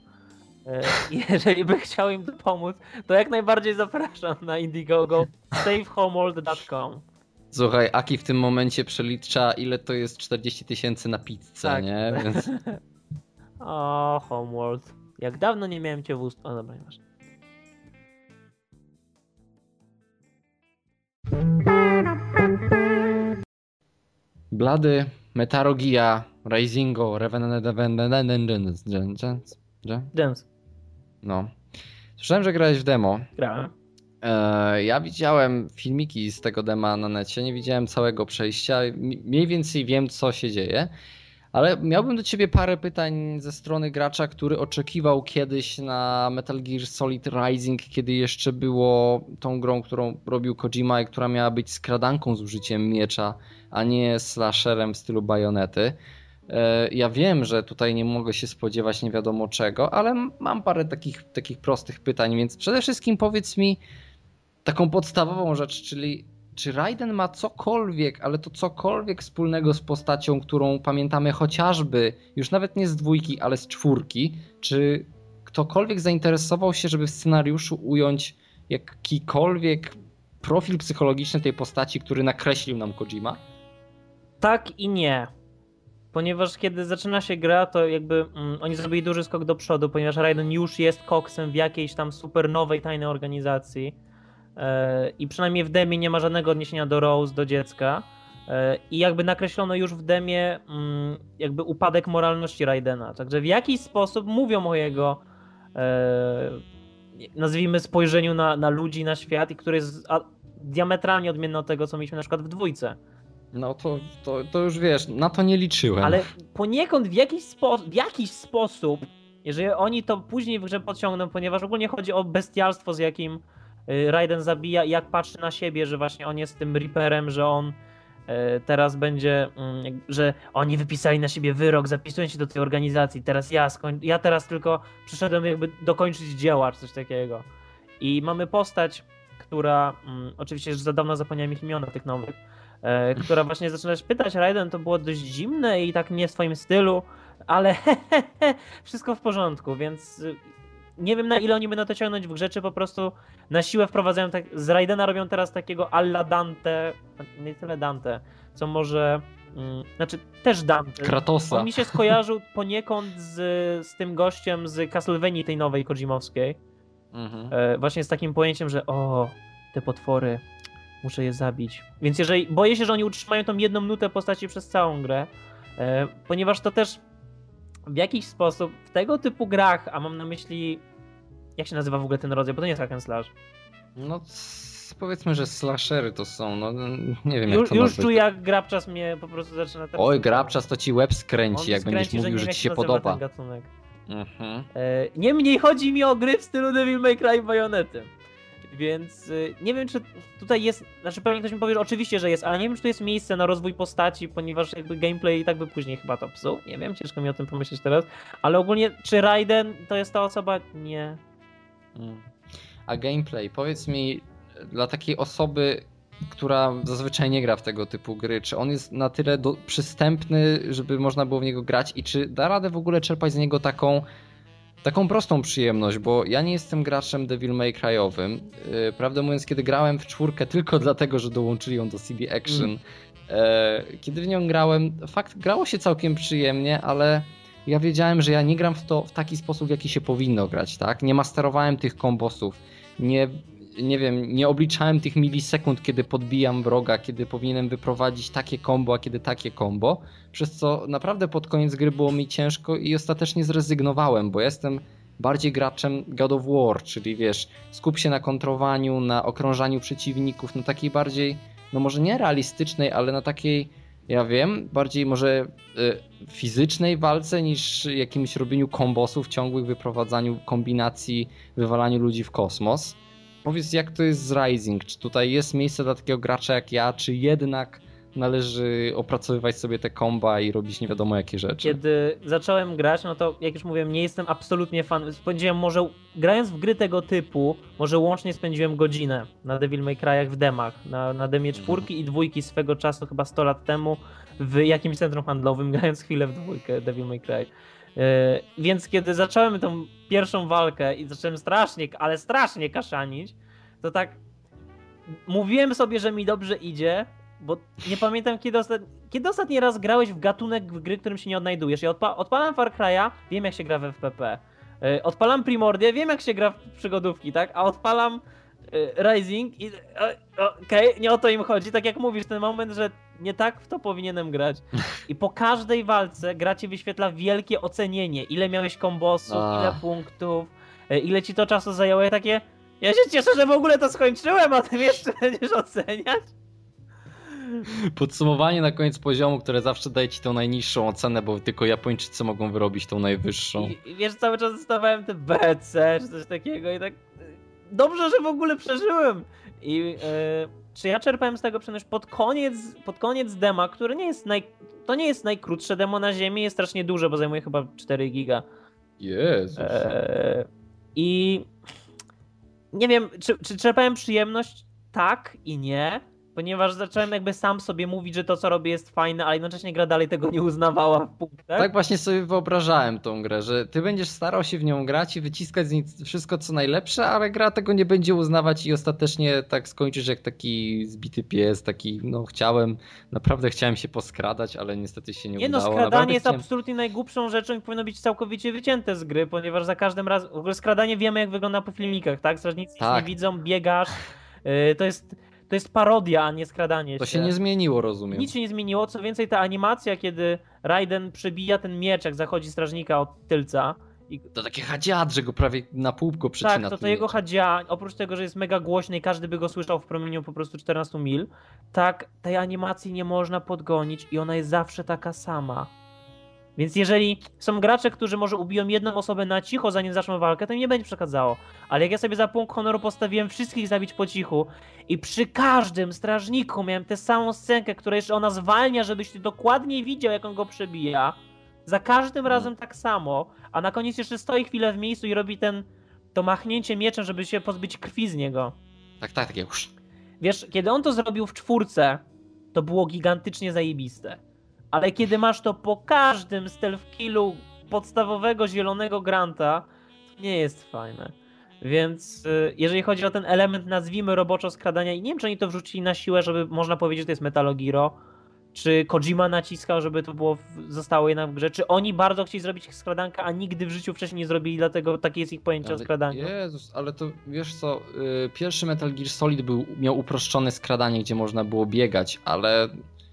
Jeżeli by chciał im pomóc, to jak najbardziej zapraszam na Indiegogo save homeworld kropka com. Słuchaj, Aki w tym momencie przelicza, ile to jest czterdzieści tysięcy na pizzę, Tak. nie? Więc... O, Homeworld. Jak dawno nie miałem cię w ust... O, dobra, nie masz. Blady, Metarogia, Risingo, Revenant. James. No. Słyszałem, że grałeś w demo. Grałem. E, ja widziałem filmiki z tego dema na necie, nie widziałem całego przejścia. Mniej więcej wiem, co się dzieje. Ale miałbym do ciebie parę pytań ze strony gracza, który oczekiwał kiedyś na Metal Gear Solid Rising, kiedy jeszcze było tą grą, którą robił Kojima i która miała być skradanką z użyciem miecza, a nie slasherem w stylu Bajonety. Ja wiem, że tutaj nie mogę się spodziewać nie wiadomo czego, ale mam parę takich, takich prostych pytań, więc przede wszystkim powiedz mi taką podstawową rzecz, czyli czy Raiden ma cokolwiek, ale to cokolwiek wspólnego z postacią, którą pamiętamy chociażby, już nawet nie z dwójki, ale z czwórki? Czy ktokolwiek zainteresował się, żeby w scenariuszu ująć jakikolwiek profil psychologiczny tej postaci, który nakreślił nam Kojima? Tak i nie. Ponieważ kiedy zaczyna się gra, to jakby mm, oni zrobili duży skok do przodu, ponieważ Raiden już jest koksem w jakiejś tam super nowej, tajnej organizacji. Yy, I przynajmniej w demie nie ma żadnego odniesienia do Rose, do dziecka. Yy, I jakby nakreślono już w demie yy, jakby upadek moralności Raidena. Także w jakiś sposób mówią o jego yy, nazwijmy spojrzeniu na, na ludzi, na świat, i który jest a, diametralnie odmienny od tego, co mieliśmy na przykład w dwójce. No to, to, to już wiesz, na to nie liczyłem. Ale poniekąd w jakiś, spo, w jakiś sposób, jeżeli oni to później w grze podciągną, ponieważ ogólnie chodzi o bestialstwo, z jakim Raiden zabija i jak patrzy na siebie, że właśnie on jest tym Reaperem, że on teraz będzie, że oni wypisali na siebie wyrok, zapisują się do tej organizacji, teraz ja skoń... ja teraz tylko przyszedłem jakby dokończyć dzieła, czy coś takiego. I mamy postać, która, um, oczywiście już za dawno zapomniałem ich imiona tych nowych, e, która właśnie zaczyna się pytać, Raiden, to było dość zimne i tak nie w swoim stylu, ale wszystko w porządku, więc nie wiem, na ile oni będą to ciągnąć w grze, czy po prostu na siłę wprowadzają tak, z Raidena robią teraz takiego alla Dante, nie tyle Dante, co może, mm, znaczy też Dante. Kratosa. On mi się skojarzył poniekąd z, z tym gościem z Castlevanii tej nowej Kojimowskiej. Mhm. E, właśnie z takim pojęciem, że o, te potwory, muszę je zabić. Więc jeżeli, boję się, że oni utrzymają tą jedną minutę postaci przez całą grę, e, ponieważ to też w jakiś sposób w tego typu grach, a mam na myśli, jak się nazywa w ogóle ten rodzaj, bo to nie jest hack and slash. No powiedzmy, że slashery to są, no nie wiem jak już, to Już nazwać. czuję, jak grabczas mnie po prostu zaczyna... Oj, grabczas to ci łeb skręci, On jak skręci, będziesz mówił, że, że ci się się podoba. Ten gatunek. Mhm. E, niemniej chodzi mi o gry w stylu Devil May Cry Bayonetem. Więc y, nie wiem, czy tutaj jest, znaczy pewnie ktoś mi powie, że oczywiście, że jest, ale nie wiem, czy tu jest miejsce na rozwój postaci, ponieważ jakby gameplay i tak by później chyba to psuł. Nie wiem, ciężko mi o tym pomyśleć teraz. Ale ogólnie, czy Raiden to jest ta osoba? Nie. A gameplay, powiedz mi, dla takiej osoby, która zazwyczaj nie gra w tego typu gry, czy on jest na tyle do, przystępny, żeby można było w niego grać i czy da radę w ogóle czerpać z niego taką Taką prostą przyjemność, bo ja nie jestem graczem Devil May Cry'owym. Yy, prawdę mówiąc, kiedy grałem w czwórkę tylko dlatego, że dołączyli ją do C D Action, mm. yy, kiedy w nią grałem, fakt, grało się całkiem przyjemnie, ale ja wiedziałem, że ja nie gram w to w taki sposób, w jaki się powinno grać, tak? Nie masterowałem tych kombosów, nie, nie wiem, nie obliczałem tych milisekund, kiedy podbijam wroga, kiedy powinienem wyprowadzić takie combo, a kiedy takie combo, przez co naprawdę pod koniec gry było mi ciężko i ostatecznie zrezygnowałem, bo jestem bardziej graczem God of War, czyli wiesz, skup się na kontrowaniu, na okrążaniu przeciwników, na takiej bardziej, no może nie realistycznej, ale na takiej, ja wiem, bardziej może y, fizycznej walce niż jakimś robieniu kombosów, ciągłych wyprowadzaniu kombinacji, wywalaniu ludzi w kosmos. Powiedz, jak to jest z Rising? Czy tutaj jest miejsce dla takiego gracza jak ja, czy jednak należy opracowywać sobie te komba i robić nie wiadomo jakie rzeczy? Kiedy zacząłem grać, no to jak już mówiłem, nie jestem absolutnie fan. Spędziłem może, grając w gry tego typu, może łącznie spędziłem godzinę na Devil May Cry'ach w demach. Na, na demie czwórki i dwójki swego czasu, chyba sto lat temu, w jakimś centrum handlowym, grając chwilę w dwójkę Devil May Cry. Yy, więc kiedy zacząłem tą pierwszą walkę i zacząłem strasznie, ale strasznie kaszanić, to tak mówiłem sobie, że mi dobrze idzie, bo nie pamiętam kiedy, ostat... kiedy ostatni raz grałeś w gatunek w gry, w którym się nie odnajdujesz. Ja odpa... odpalam Far Cry'a, wiem jak się gra w F P P. Yy, odpalam Primordię, wiem jak się gra w przygodówki, tak? A odpalam yy, Rising i okej, okay, nie o to im chodzi, tak jak mówisz, ten moment, że nie tak w to powinienem grać. I po każdej walce gra ci wyświetla wielkie ocenienie. Ile miałeś kombosów, A. ile punktów, ile ci to czasu zajęło. Ja takie, ja się cieszę, że w ogóle to skończyłem, a ty jeszcze będziesz oceniać. Podsumowanie na koniec poziomu, które zawsze daje ci tą najniższą ocenę, bo tylko Japończycy mogą wyrobić tą najwyższą. I, i wiesz, cały czas dostawałem te B C czy coś takiego i tak dobrze, że w ogóle przeżyłem. I yy, czy ja czerpałem z tego przynajmniej pod koniec, pod koniec dema, który nie jest naj... to nie jest najkrótsze demo na ziemi, jest strasznie duże, bo zajmuje chyba cztery giga. Jezus. Yy, I nie wiem, czy, czy czerpałem przyjemność? Tak i nie. Ponieważ zacząłem jakby sam sobie mówić, że to co robię jest fajne, ale jednocześnie gra dalej tego nie uznawała w punktach. Tak właśnie sobie wyobrażałem tą grę, że ty będziesz starał się w nią grać i wyciskać z niej wszystko co najlepsze, ale gra tego nie będzie uznawać i ostatecznie tak skończysz jak taki zbity pies, taki no chciałem, naprawdę chciałem się poskradać, ale niestety się nie, nie udało. Nie no, skradanie naprawdę jest chciałem... absolutnie najgłupszą rzeczą i powinno być całkowicie wycięte z gry, ponieważ za każdym razem, w ogóle skradanie wiemy jak wygląda po filmikach, tak? Strażnicy tak. nic nie widzą, biegasz, yy, to jest... To jest parodia, a nie skradanie się. To się nie zmieniło, rozumiem. Nic się nie zmieniło, co więcej ta animacja, kiedy Raiden przebija ten miecz, jak zachodzi strażnika od tylca I... To takie hadziad, że go prawie na pół go przecina. Tak, to to jego hadzia, oprócz tego, że jest mega głośny i każdy by go słyszał w promieniu po prostu czternastu mil, tak, tej animacji nie można podgonić i ona jest zawsze taka sama. Więc jeżeli są gracze, którzy może ubiją jedną osobę na cicho, zanim zaczną walkę, to im nie będzie przeszkadzało. Ale jak ja sobie za punkt honoru postawiłem wszystkich zabić po cichu i przy każdym strażniku miałem tę samą scenkę, która jeszcze ona zwalnia, żebyś ty dokładnie widział, jak on go przebija, za każdym razem tak samo, a na koniec jeszcze stoi chwilę w miejscu i robi ten to machnięcie mieczem, żeby się pozbyć krwi z niego. Tak, tak, takie już. Wiesz, kiedy on to zrobił w czwórce, to było gigantycznie zajebiste. Ale kiedy masz to po każdym stealth killu podstawowego zielonego Granta, to nie jest fajne. Więc jeżeli chodzi o ten element, nazwijmy roboczo skradania, i nie wiem, czy oni to wrzucili na siłę, żeby można powiedzieć, że to jest Metal Gear, czy Kojima naciskał, żeby to było, zostało jednak w grze, czy oni bardzo chcieli zrobić skradankę, a nigdy w życiu wcześniej nie zrobili, dlatego takie jest ich pojęcie ale, o skradaniu. Jezus, ale to wiesz co, yy, pierwszy Metal Gear Solid był, miał uproszczone skradanie, gdzie można było biegać, ale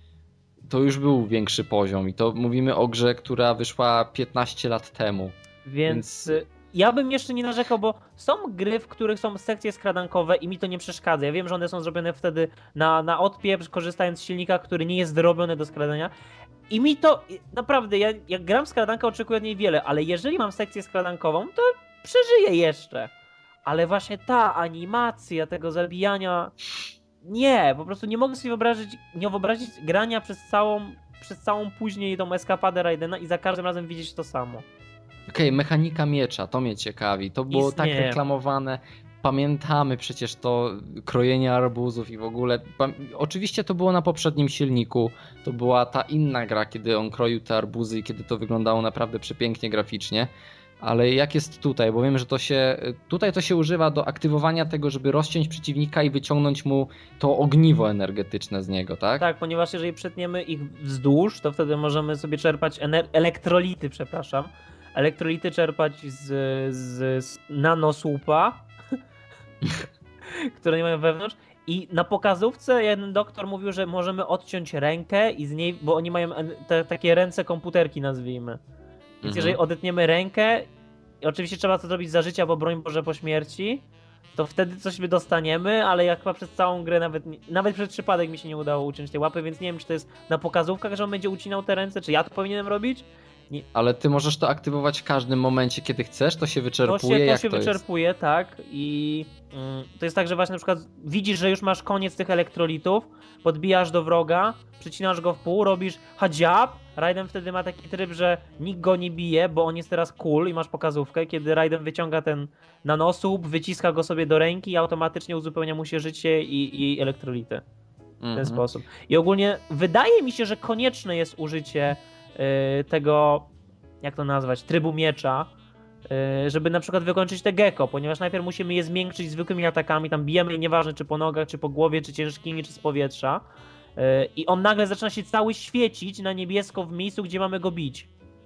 to już był większy poziom i to mówimy o grze, która wyszła piętnaście lat temu. Więc, Więc... ja bym jeszcze nie narzekał, bo są gry, w których są sekcje skradankowe i mi to nie przeszkadza. Ja wiem, że one są zrobione wtedy na, na odpieprz, korzystając z silnika, który nie jest wyrobiony do skradania. I mi to, naprawdę, ja jak gram w skradankę, oczekuję od niej wiele, ale jeżeli mam sekcję skradankową, to przeżyję jeszcze. Ale właśnie ta animacja tego zabijania... Nie, po prostu nie mogę sobie wyobrazić, nie wyobrazić grania przez całą, przez całą później tą eskapadę Raidena i za każdym razem widzieć to samo. Okej, okay, mechanika miecza, to mnie ciekawi. To było Istnieje. tak reklamowane. Pamiętamy przecież to krojenie arbuzów i w ogóle. Oczywiście to było na poprzednim silniku. To była ta inna gra, kiedy on kroił te arbuzy i kiedy to wyglądało naprawdę przepięknie graficznie. Ale jak jest tutaj? Bo wiem, że to się. Tutaj to się używa do aktywowania tego, żeby rozciąć przeciwnika i wyciągnąć mu to ogniwo energetyczne z niego, tak? Tak, ponieważ jeżeli przetniemy ich wzdłuż, to wtedy możemy sobie czerpać ener- elektrolity, przepraszam. Elektrolity czerpać z, z, z nanosłupa, które nie mają wewnątrz. I na pokazówce jeden doktor mówił, że możemy odciąć rękę i z niej, bo oni mają te takie ręce komputerki, nazwijmy. Więc Mhm. jeżeli odetniemy rękę, i oczywiście trzeba to zrobić za życia, bo broń Boże po śmierci, to wtedy coś my dostaniemy, ale jak chyba przez całą grę nawet, nawet przez przypadek mi się nie udało uciąć tej łapy, więc nie wiem, czy to jest na pokazówkach, że on będzie ucinał te ręce, czy ja to powinienem robić? Nie. Ale ty możesz to aktywować w każdym momencie, kiedy chcesz, to się wyczerpuje. To się, to jak się to wyczerpuje, jest? tak. I mm, to jest tak, że właśnie na przykład widzisz, że już masz koniec tych elektrolitów, podbijasz do wroga, przycinasz go w pół, robisz hadziab. Raiden wtedy ma taki tryb, że nikt go nie bije, bo on jest teraz cool i masz pokazówkę, kiedy Raiden wyciąga ten nanosłup, wyciska go sobie do ręki i automatycznie uzupełnia mu się życie i, i elektrolity. W ten Mhm. sposób. I ogólnie wydaje mi się, że konieczne jest użycie yy, tego, jak to nazwać, trybu miecza, yy, żeby na przykład wykończyć te gecko, ponieważ najpierw musimy je zmiękczyć zwykłymi atakami, tam bijemy je nieważne czy po nogach, czy po głowie, czy ciężkimi, czy z powietrza. Yy, I on nagle zaczyna się cały świecić na niebiesko w miejscu, gdzie mamy go bić.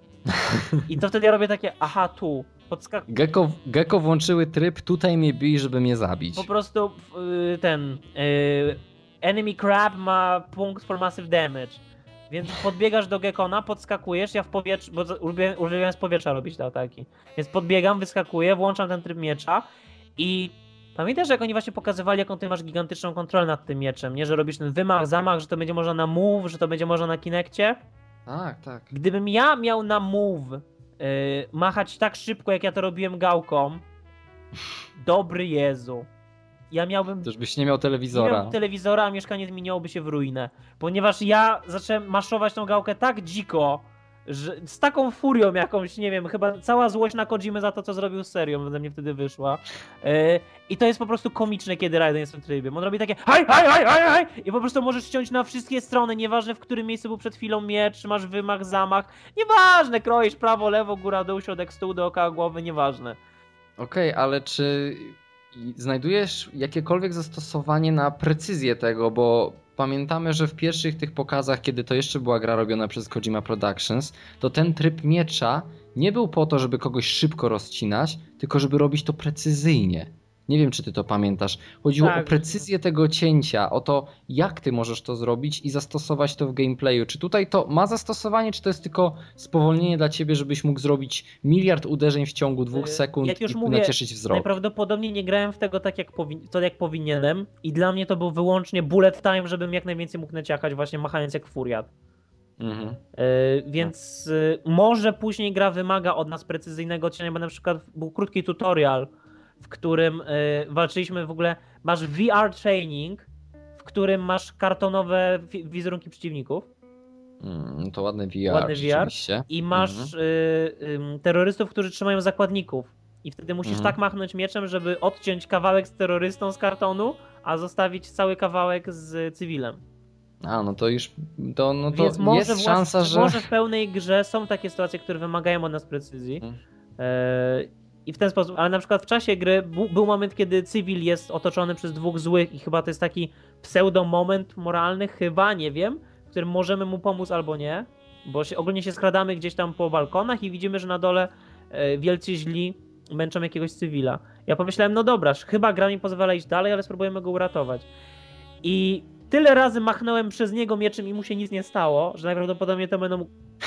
I to wtedy ja robię takie, aha, tu. Podskak- Gecko, Gecko włączyły tryb, tutaj mnie bij, żeby mnie zabić. Po prostu yy, ten yy, enemy crab ma punkt for massive damage. Więc podbiegasz do Gekona, podskakujesz, ja w powietrzu, bo uwielbiam, uwielbiam z powietrza robić te ataki. Więc podbiegam, wyskakuję, włączam ten tryb miecza i pamiętasz, jak oni właśnie pokazywali, jaką ty masz gigantyczną kontrolę nad tym mieczem, nie? Że robisz ten wymach, zamach, że to będzie można na move, że to będzie można na Kinekcie. Tak, tak. Gdybym ja miał na move yy, machać tak szybko, jak ja to robiłem gałką, dobry Jezu. Ja miałbym... To już byś nie miał Nie telewizora. miałbym telewizora, a mieszkanie zmieniałoby się w ruinę. Ponieważ ja zacząłem maszować tą gałkę tak dziko, że z taką furią jakąś, nie wiem, chyba cała złość na Kojimę za to, co zrobił z serią, ze mnie wtedy wyszła. Yy, I to jest po prostu komiczne, kiedy Raiden jest w tym trybie. On robi takie haj, haj, haj, haj, haj! I po prostu możesz ściąć na wszystkie strony, nieważne w którym miejscu był przed chwilą miecz, czy masz wymach, zamach. Nieważne, kroisz prawo, lewo, góra, dół, środek, stół, dookoła głowy, nieważne. Okej, okay, ale czy znajdujesz jakiekolwiek zastosowanie na precyzję tego, bo pamiętamy, że w pierwszych tych pokazach, kiedy to jeszcze była gra robiona przez Kojima Productions, to ten tryb miecza nie był po to, żeby kogoś szybko rozcinać, tylko żeby robić to precyzyjnie. Nie wiem, czy ty to pamiętasz. Chodziło Tak. o precyzję tego cięcia, o to, jak ty możesz to zrobić i zastosować to w gameplayu. Czy tutaj to ma zastosowanie, czy to jest tylko spowolnienie dla ciebie, żebyś mógł zrobić miliard uderzeń w ciągu dwóch sekund Jak już i mówię, nacieszyć wzrok? najprawdopodobniej nie grałem w tego tak jak, powi- to jak powinienem i dla mnie to był wyłącznie bullet time, żebym jak najwięcej mógł naciachać właśnie machając jak furiat. Mhm. Yy, więc yy, może później gra wymaga od nas precyzyjnego cienia, bo na przykład był krótki tutorial, w którym yy, walczyliśmy w ogóle, masz V R training, w którym masz kartonowe wi- wizerunki przeciwników. Mm, to ładny V R, Ładny V R. rzeczywiście. I masz Mhm. yy, yy, terrorystów, którzy trzymają zakładników. I wtedy musisz Mhm. tak machnąć mieczem, żeby odciąć kawałek z terrorystą z kartonu, a zostawić cały kawałek z cywilem. A, no to już, to, no to Więc może, jest właśnie, szansa, że... może w pełnej grze są takie sytuacje, które wymagają od nas precyzji. Mhm. Yy, I w ten sposób, ale na przykład w czasie gry bu- był moment, kiedy cywil jest otoczony przez dwóch złych i chyba to jest taki pseudo moment moralny, chyba, nie wiem, w którym możemy mu pomóc albo nie, bo się, ogólnie się skradamy gdzieś tam po balkonach i widzimy, że na dole yy, wielcy źli męczą jakiegoś cywila. Ja pomyślałem, no dobra, chyba gra mi pozwala iść dalej, ale spróbujemy go uratować. I tyle razy machnąłem przez niego mieczem i mu się nic nie stało, że najprawdopodobniej to będą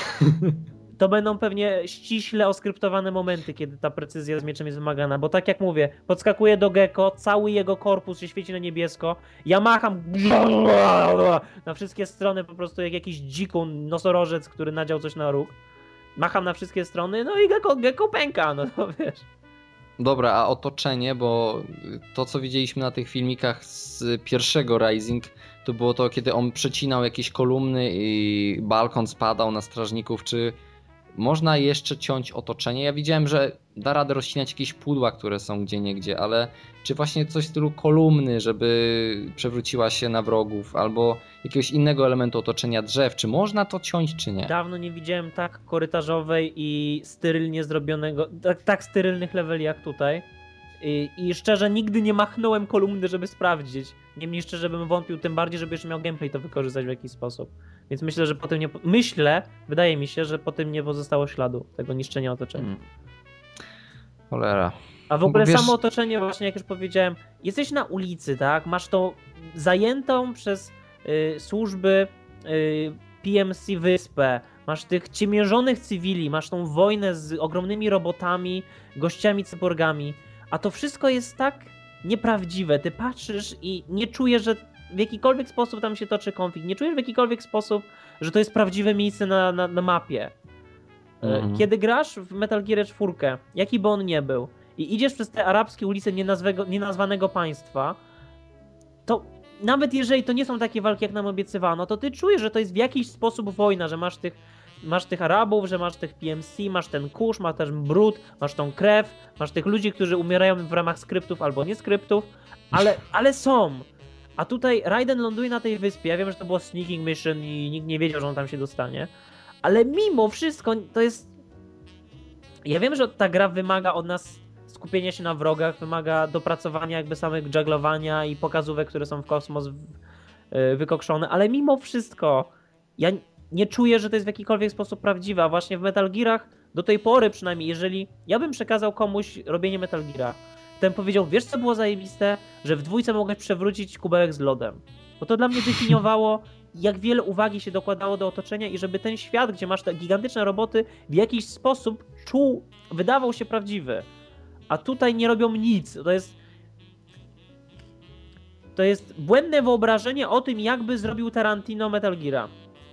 to będą pewnie ściśle oskryptowane momenty, kiedy ta precyzja z mieczem jest wymagana, bo tak jak mówię, podskakuje do Gecko, cały jego korpus się świeci na niebiesko, ja macham na wszystkie strony po prostu jak jakiś dzikun, nosorożec, który nadział coś na róg. Macham na wszystkie strony, no i Gecko, Gecko pęka, no to wiesz. Dobra, a otoczenie, bo to co widzieliśmy na tych filmikach z pierwszego Rising, to było to, kiedy on przecinał jakieś kolumny i balkon spadał na strażników. Czy można jeszcze ciąć otoczenie? Ja widziałem, że da radę rozcinać jakieś pudła, które są gdzieniegdzie, ale czy właśnie coś w stylu kolumny, żeby przewróciła się na wrogów, albo jakiegoś innego elementu otoczenia drzew, czy można to ciąć, czy nie? Dawno nie widziałem tak korytarzowej i sterylnie zrobionego, tak, tak sterylnych leveli jak tutaj. I, I szczerze nigdy nie machnąłem kolumny, żeby sprawdzić. Niemniej szczerze bym wątpił, tym bardziej, żeby jeszcze miał gameplay to wykorzystać w jakiś sposób. Więc myślę, że po tym nie... Myślę, wydaje mi się, że po tym nie pozostało śladu tego niszczenia otoczenia. Hmm. Cholera. A w ogóle Bo wiesz... samo otoczenie, właśnie jak już powiedziałem, jesteś na ulicy, tak? Masz tą zajętą przez y, służby y, P M C wyspę, masz tych ciemiężonych cywili, masz tą wojnę z ogromnymi robotami, gościami, cyborgami, a to wszystko jest tak nieprawdziwe. Ty patrzysz i nie czujesz, że w jakikolwiek sposób tam się toczy konflikt, nie czujesz w jakikolwiek sposób, że to jest prawdziwe miejsce na, na, na mapie. Mhm. Kiedy grasz w Metal Gear cztery, jaki by on nie był, i idziesz przez te arabskie ulice nienazwego, nienazwanego państwa, to nawet jeżeli to nie są takie walki, jak nam obiecywano, to ty czujesz, że to jest w jakiś sposób wojna, że masz tych, masz tych Arabów, że masz tych P M C, masz ten kurz, masz ten brud, masz tą krew, masz tych ludzi, którzy umierają w ramach skryptów albo nie skryptów, ale, ale są. A tutaj Raiden ląduje na tej wyspie, ja wiem, że to było sneaking mission i nikt nie wiedział, że on tam się dostanie, ale mimo wszystko to jest... Ja wiem, że ta gra wymaga od nas skupienia się na wrogach, wymaga dopracowania jakby samych jugglowania i pokazówek, które są w kosmos wykokszone, ale mimo wszystko ja nie czuję, że to jest w jakikolwiek sposób prawdziwe, a właśnie w Metal Gearach do tej pory przynajmniej, jeżeli ja bym przekazał komuś robienie Metal Geara, to bym powiedział, wiesz co było zajebiste? Że w dwójce mogłeś przewrócić kubełek z lodem. Bo to dla mnie definiowało, jak wiele uwagi się dokładało do otoczenia i żeby ten świat, gdzie masz te gigantyczne roboty, w jakiś sposób czuł, wydawał się prawdziwy. A tutaj nie robią nic. To jest... To jest błędne wyobrażenie o tym, jakby zrobił Tarantino Metal Geara.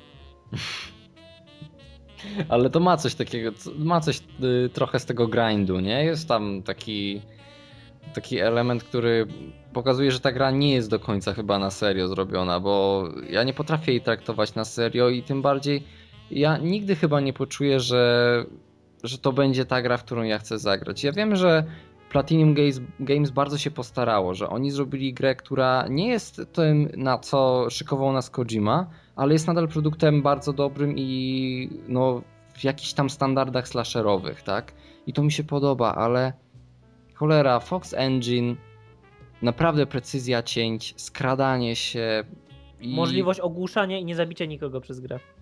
Ale to ma coś takiego, ma coś y, trochę z tego grindu, nie? Jest tam taki, taki element, który pokazuje, że ta gra nie jest do końca chyba na serio zrobiona, bo ja nie potrafię jej traktować na serio i tym bardziej ja nigdy chyba nie poczuję, że, że to będzie ta gra, w którą ja chcę zagrać. Ja wiem, że Platinum Games, Games bardzo się postarało, że oni zrobili grę, która nie jest tym, na co szykował nas Kojima, ale jest nadal produktem bardzo dobrym i no, w jakichś tam standardach slasherowych, tak? I to mi się podoba, ale cholera, Fox Engine, naprawdę precyzja cięć, skradanie się i... Możliwość ogłuszania i nie zabicia nikogo przez grę.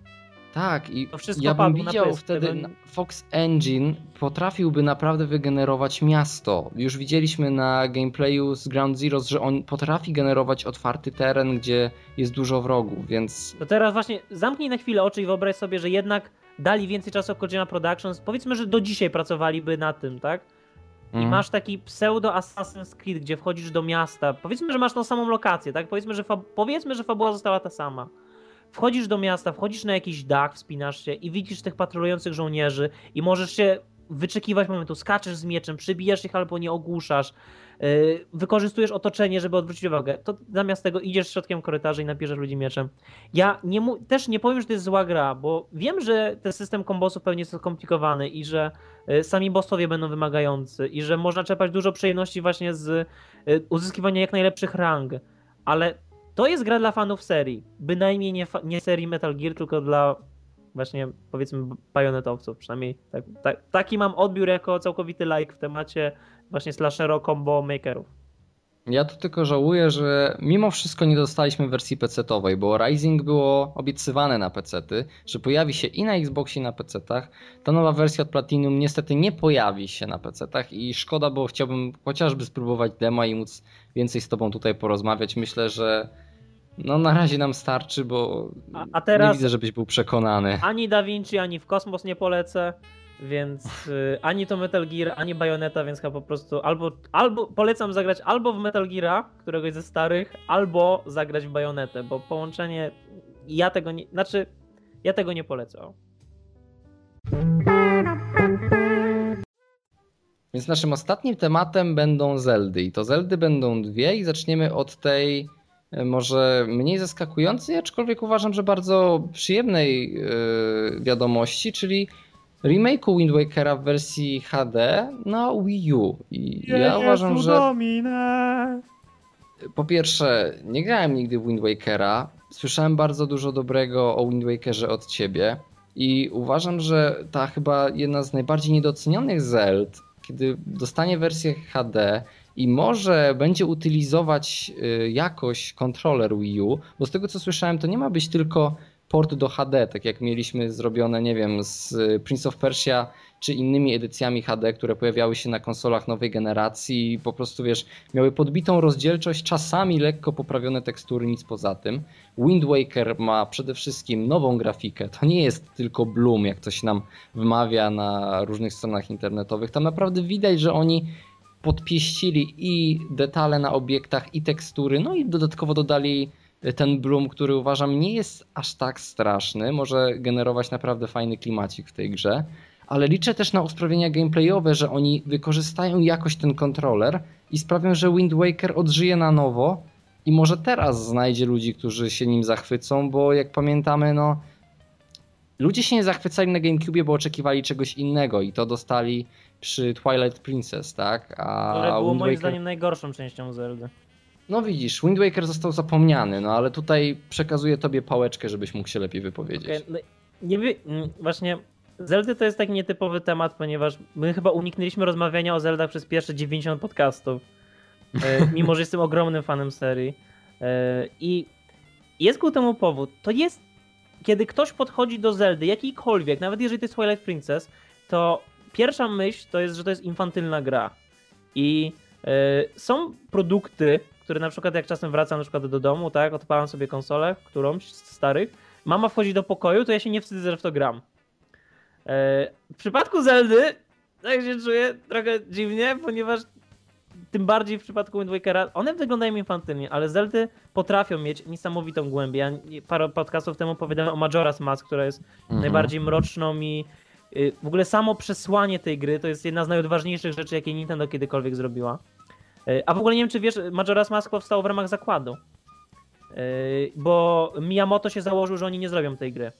Tak, i To wszystko ja bym padło na widział pysk, wtedy, tego- na- Fox Engine potrafiłby naprawdę wygenerować miasto. Już widzieliśmy na gameplayu z Ground Zeroes, że on potrafi generować otwarty teren, gdzie jest dużo wrogów, więc To teraz właśnie zamknij na chwilę oczy i wyobraź sobie, że jednak dali więcej czasu Kojima Productions. Powiedzmy, że do dzisiaj pracowaliby na tym, tak? I mm, masz taki pseudo Assassin's Creed, gdzie wchodzisz do miasta. Powiedzmy, że masz tą samą lokację, tak? Powiedzmy, że, fa- powiedzmy, że fabuła została ta sama. Wchodzisz do miasta, wchodzisz na jakiś dach, wspinasz się i widzisz tych patrolujących żołnierzy i możesz się wyczekiwać momentu, skaczesz z mieczem, przybijasz ich albo nie ogłuszasz, yy, wykorzystujesz otoczenie, żeby odwrócić uwagę. To zamiast tego idziesz środkiem korytarza i napierzesz ludzi mieczem. Ja nie mu- też nie powiem, że to jest zła gra, bo wiem, że ten system kombosów pewnie jest skomplikowany i że yy, sami bossowie będą wymagający i że można czerpać dużo przyjemności właśnie z yy, uzyskiwania jak najlepszych rang, ale to jest gra dla fanów serii. Bynajmniej nie, fa- nie serii Metal Gear, tylko dla właśnie powiedzmy bajonetowców. Przynajmniej tak, tak, taki mam odbiór jako całkowity like w temacie właśnie slashero combo makerów. ja tu tylko żałuję, że mimo wszystko nie dostaliśmy wersji pecetowej, bo Rising było obiecywane na pecety, że pojawi się i na Xboxie, i na pecetach. Ta nowa wersja od Platinum niestety nie pojawi się na pecetach i szkoda, bo chciałbym chociażby spróbować dema i móc więcej z tobą tutaj porozmawiać. Myślę, że no na razie nam starczy, bo A, a teraz nie widzę, żebyś był przekonany. ani Da Vinci, ani w kosmos nie polecę, więc y, ani to Metal Gear, ani Bayonetta, więc chyba po prostu albo, albo polecam zagrać albo w Metal Geara, któregoś ze starych, albo zagrać w Bayonetę, bo połączenie ja tego nie, znaczy ja tego nie polecę. O. Więc naszym ostatnim tematem będą Zeldy i to Zeldy będą dwie i zaczniemy od tej e, może mniej zaskakującej, aczkolwiek uważam, że bardzo przyjemnej e, wiadomości, czyli remake'u Wind Wakera w wersji H D na Wii U. I ja uważam, że po pierwsze nie grałem nigdy w Wind Wakera, słyszałem bardzo dużo dobrego o Wind Wakerze od ciebie i uważam, że ta chyba jedna z najbardziej niedocenionych Zeld, kiedy dostanie wersję H D i może będzie utylizować y, jakoś kontroler Wii U, bo z tego co słyszałem to nie ma być tylko port do H D, tak jak mieliśmy zrobione, nie wiem, z Prince of Persia czy innymi edycjami H D, które pojawiały się na konsolach nowej generacji i po prostu wiesz, miały podbitą rozdzielczość, czasami lekko poprawione tekstury, nic poza tym. Wind Waker ma przede wszystkim nową grafikę, to nie jest tylko Bloom, jak to się nam wmawia na różnych stronach internetowych. Tam naprawdę widać, że oni podpieścili i detale na obiektach, i tekstury, no i dodatkowo dodali ten Bloom, który uważam nie jest aż tak straszny, może generować naprawdę fajny klimacik w tej grze, ale liczę też na usprawnienia gameplayowe, że oni wykorzystają jakoś ten kontroler i sprawią, że Wind Waker odżyje na nowo i może teraz znajdzie ludzi, którzy się nim zachwycą, bo jak pamiętamy, no ludzie się nie zachwycali na GameCube, bo oczekiwali czegoś innego i to dostali przy Twilight Princess, tak? A Które było Wind moim Waker... zdaniem najgorszą częścią Zeldy. No widzisz, Wind Waker został zapomniany, no ale tutaj przekazuję tobie pałeczkę, żebyś mógł się lepiej wypowiedzieć. Okay, no, nie wie, mm, właśnie Zeldy to jest taki nietypowy temat, ponieważ my chyba uniknęliśmy rozmawiania o Zeldach przez pierwsze dziewięćdziesiąt podcastów, e, mimo że jestem ogromnym fanem serii. E, I jest ku temu powód. To jest, kiedy ktoś podchodzi do Zeldy, jakiejkolwiek, nawet jeżeli to jest Twilight Princess, to pierwsza myśl to jest, że to jest infantylna gra. I e, są produkty, które na przykład jak czasem wracam na przykład do domu, tak, odpalam sobie konsolę, którąś z starych, mama wchodzi do pokoju, to ja się nie wstydzę, że w to gram. E, w przypadku Zeldy tak się czuję trochę dziwnie, ponieważ tym bardziej w przypadku Wind Wakera, one wyglądają infantylnie, ale Zeldy potrafią mieć niesamowitą głębię. Ja parę podcastów temu opowiadałem o Majora's Mask, która jest mhm. najbardziej mroczną i y, w ogóle samo przesłanie tej gry to jest jedna z najodważniejszych rzeczy, jakie Nintendo kiedykolwiek zrobiła. Y, a w ogóle nie wiem, czy wiesz, Majora's Mask powstało w ramach zakładu, y, bo Miyamoto się założył, że oni nie zrobią tej gry.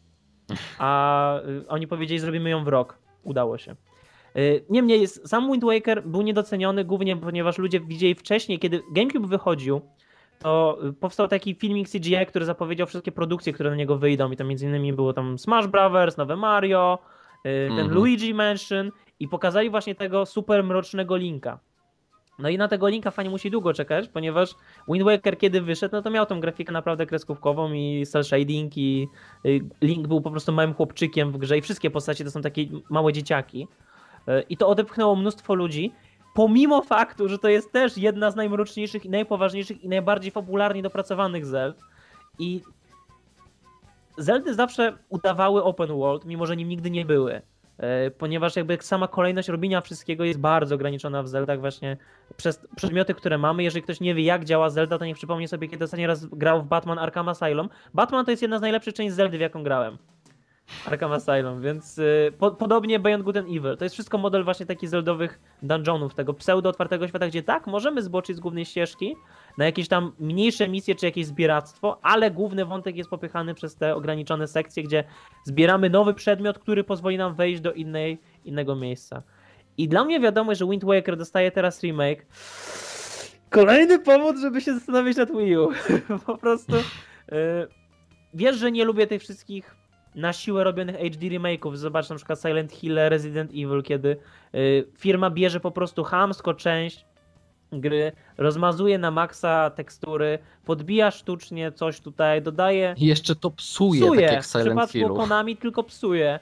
A y, oni powiedzieli, zrobimy ją w rok. Udało się. Niemniej sam Wind Waker był niedoceniony głównie ponieważ ludzie widzieli wcześniej, kiedy GameCube wychodził, to powstał taki filmik C G I, który zapowiedział wszystkie produkcje, które na niego wyjdą i tam między innymi było tam Smash Brothers, nowe Mario, ten mm-hmm. Luigi Mansion i pokazali właśnie tego super mrocznego Linka. No i na tego Linka fani musi długo czekać, ponieważ Wind Waker kiedy wyszedł, no to miał tą grafikę naprawdę kreskówkową i cel shading i y, Link był po prostu małym chłopczykiem w grze i wszystkie postacie to są takie małe dzieciaki. Y, I to odepchnęło mnóstwo ludzi, pomimo faktu, że to jest też jedna z najmroczniejszych i najpoważniejszych i najbardziej fabularnie dopracowanych Zeld. I Zeldy zawsze udawały open world, mimo że nim nigdy nie były. Ponieważ jakby sama kolejność robienia wszystkiego jest bardzo ograniczona w Zeldach właśnie przez przedmioty, które mamy. Jeżeli ktoś nie wie, jak działa Zelda, to niech przypomni sobie, kiedy ostatni raz grał w Batman Arkham Asylum. Batman to jest jedna z najlepszych części Zeldy, w jaką grałem. Arkham Asylum, więc y, po, podobnie Beyond Good and Evil. To jest wszystko model właśnie takich zeldowych dungeonów, tego pseudo-otwartego świata, gdzie tak, możemy zboczyć z głównej ścieżki na jakieś tam mniejsze misje czy jakieś zbieractwo, ale główny wątek jest popychany przez te ograniczone sekcje, gdzie zbieramy nowy przedmiot, który pozwoli nam wejść do innej, innego miejsca. I dla mnie wiadomo, że Wind Waker dostaje teraz remake. Kolejny powód, żeby się zastanowić nad Wii U. Po prostu y, wiesz, że nie lubię tych wszystkich na siłę robionych H D remake'ów. Zobacz na przykład Silent Hill, Resident Evil, kiedy y, firma bierze po prostu chamsko część gry, rozmazuje na maksa tekstury, podbija sztucznie coś tutaj, dodaje... I jeszcze to psuje, psuje. tak jak w Silent W przypadku Hillu. Konami tylko psuje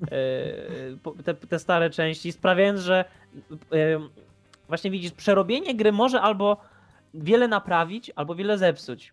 y, te, te stare części, sprawiając, że y, właśnie widzisz, przerobienie gry może albo wiele naprawić, albo wiele zepsuć.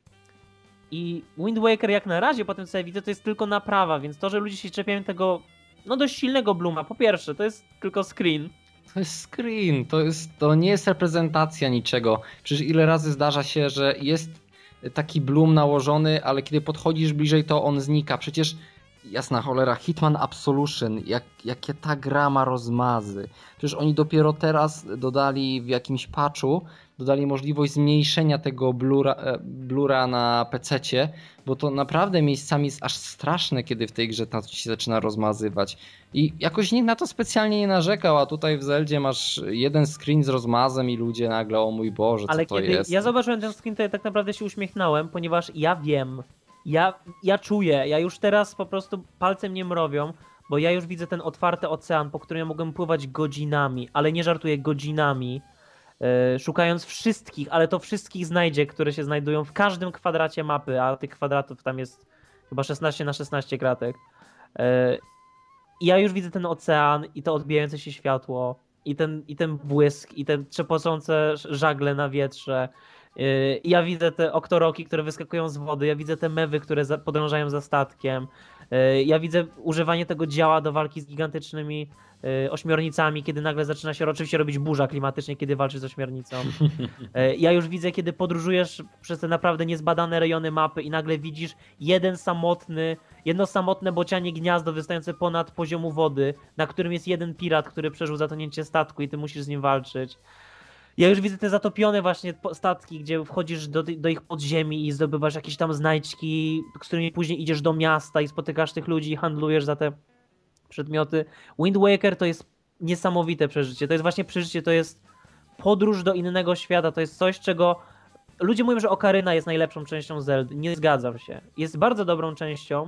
I Wind Waker jak na razie, po tym co ja widzę, to jest tylko naprawa, więc to, że ludzie się czepiają tego no dość silnego Blooma, po pierwsze, to jest tylko screen. To jest screen, to, jest, to nie jest reprezentacja niczego. Przecież ile razy zdarza się, że jest taki bloom nałożony, ale kiedy podchodzisz bliżej, to on znika. Przecież jasna cholera, Hitman Absolution, jak, jakie ta gra ma rozmazy. Przecież oni dopiero teraz dodali w jakimś patchu, dodali możliwość zmniejszenia tego blura, blura na pececie, bo to naprawdę miejscami jest aż straszne, kiedy w tej grze to się zaczyna rozmazywać. I jakoś nikt na to specjalnie nie narzekał, a tutaj w Zeldzie masz jeden screen z rozmazem i ludzie nagle, o mój Boże, co Ale to kiedy jest? ja zobaczyłem ten screen, to ja tak naprawdę się uśmiechnąłem, ponieważ ja wiem, ja, ja czuję, ja już teraz po prostu palcem nie mrowią, bo ja już widzę ten otwarty ocean, po którym ja mogę pływać godzinami, ale nie żartuję, godzinami, yy, szukając wszystkich, ale to wszystkich znajdzie, które się znajdują w każdym kwadracie mapy, a tych kwadratów tam jest chyba szesnaście na szesnaście kratek. Yy, I ja już widzę ten ocean i to odbijające się światło, i ten, i ten błysk, i te trzepocące żagle na wietrze. I ja widzę te oktoroki, które wyskakują z wody, ja widzę te mewy, które za, podążają za statkiem. Ja widzę używanie tego działa do walki z gigantycznymi ośmiornicami, kiedy nagle zaczyna się oczywiście robić burza klimatycznie, kiedy walczysz z ośmiornicą. Ja już widzę, kiedy podróżujesz przez te naprawdę niezbadane rejony mapy i nagle widzisz jeden samotny, jedno samotne bocianie gniazdo wystające ponad poziomu wody, na którym jest jeden pirat, który przeżył zatonięcie statku i ty musisz z nim walczyć. Ja już widzę te zatopione właśnie statki, gdzie wchodzisz do, do ich podziemi i zdobywasz jakieś tam znajdźki, z którymi później idziesz do miasta i spotykasz tych ludzi i handlujesz za te przedmioty. Wind Waker to jest niesamowite przeżycie. To jest właśnie przeżycie, to jest podróż do innego świata. To jest coś, czego ludzie mówią, że Ocarina jest najlepszą częścią Zeldy. Nie zgadzam się. Jest bardzo dobrą częścią,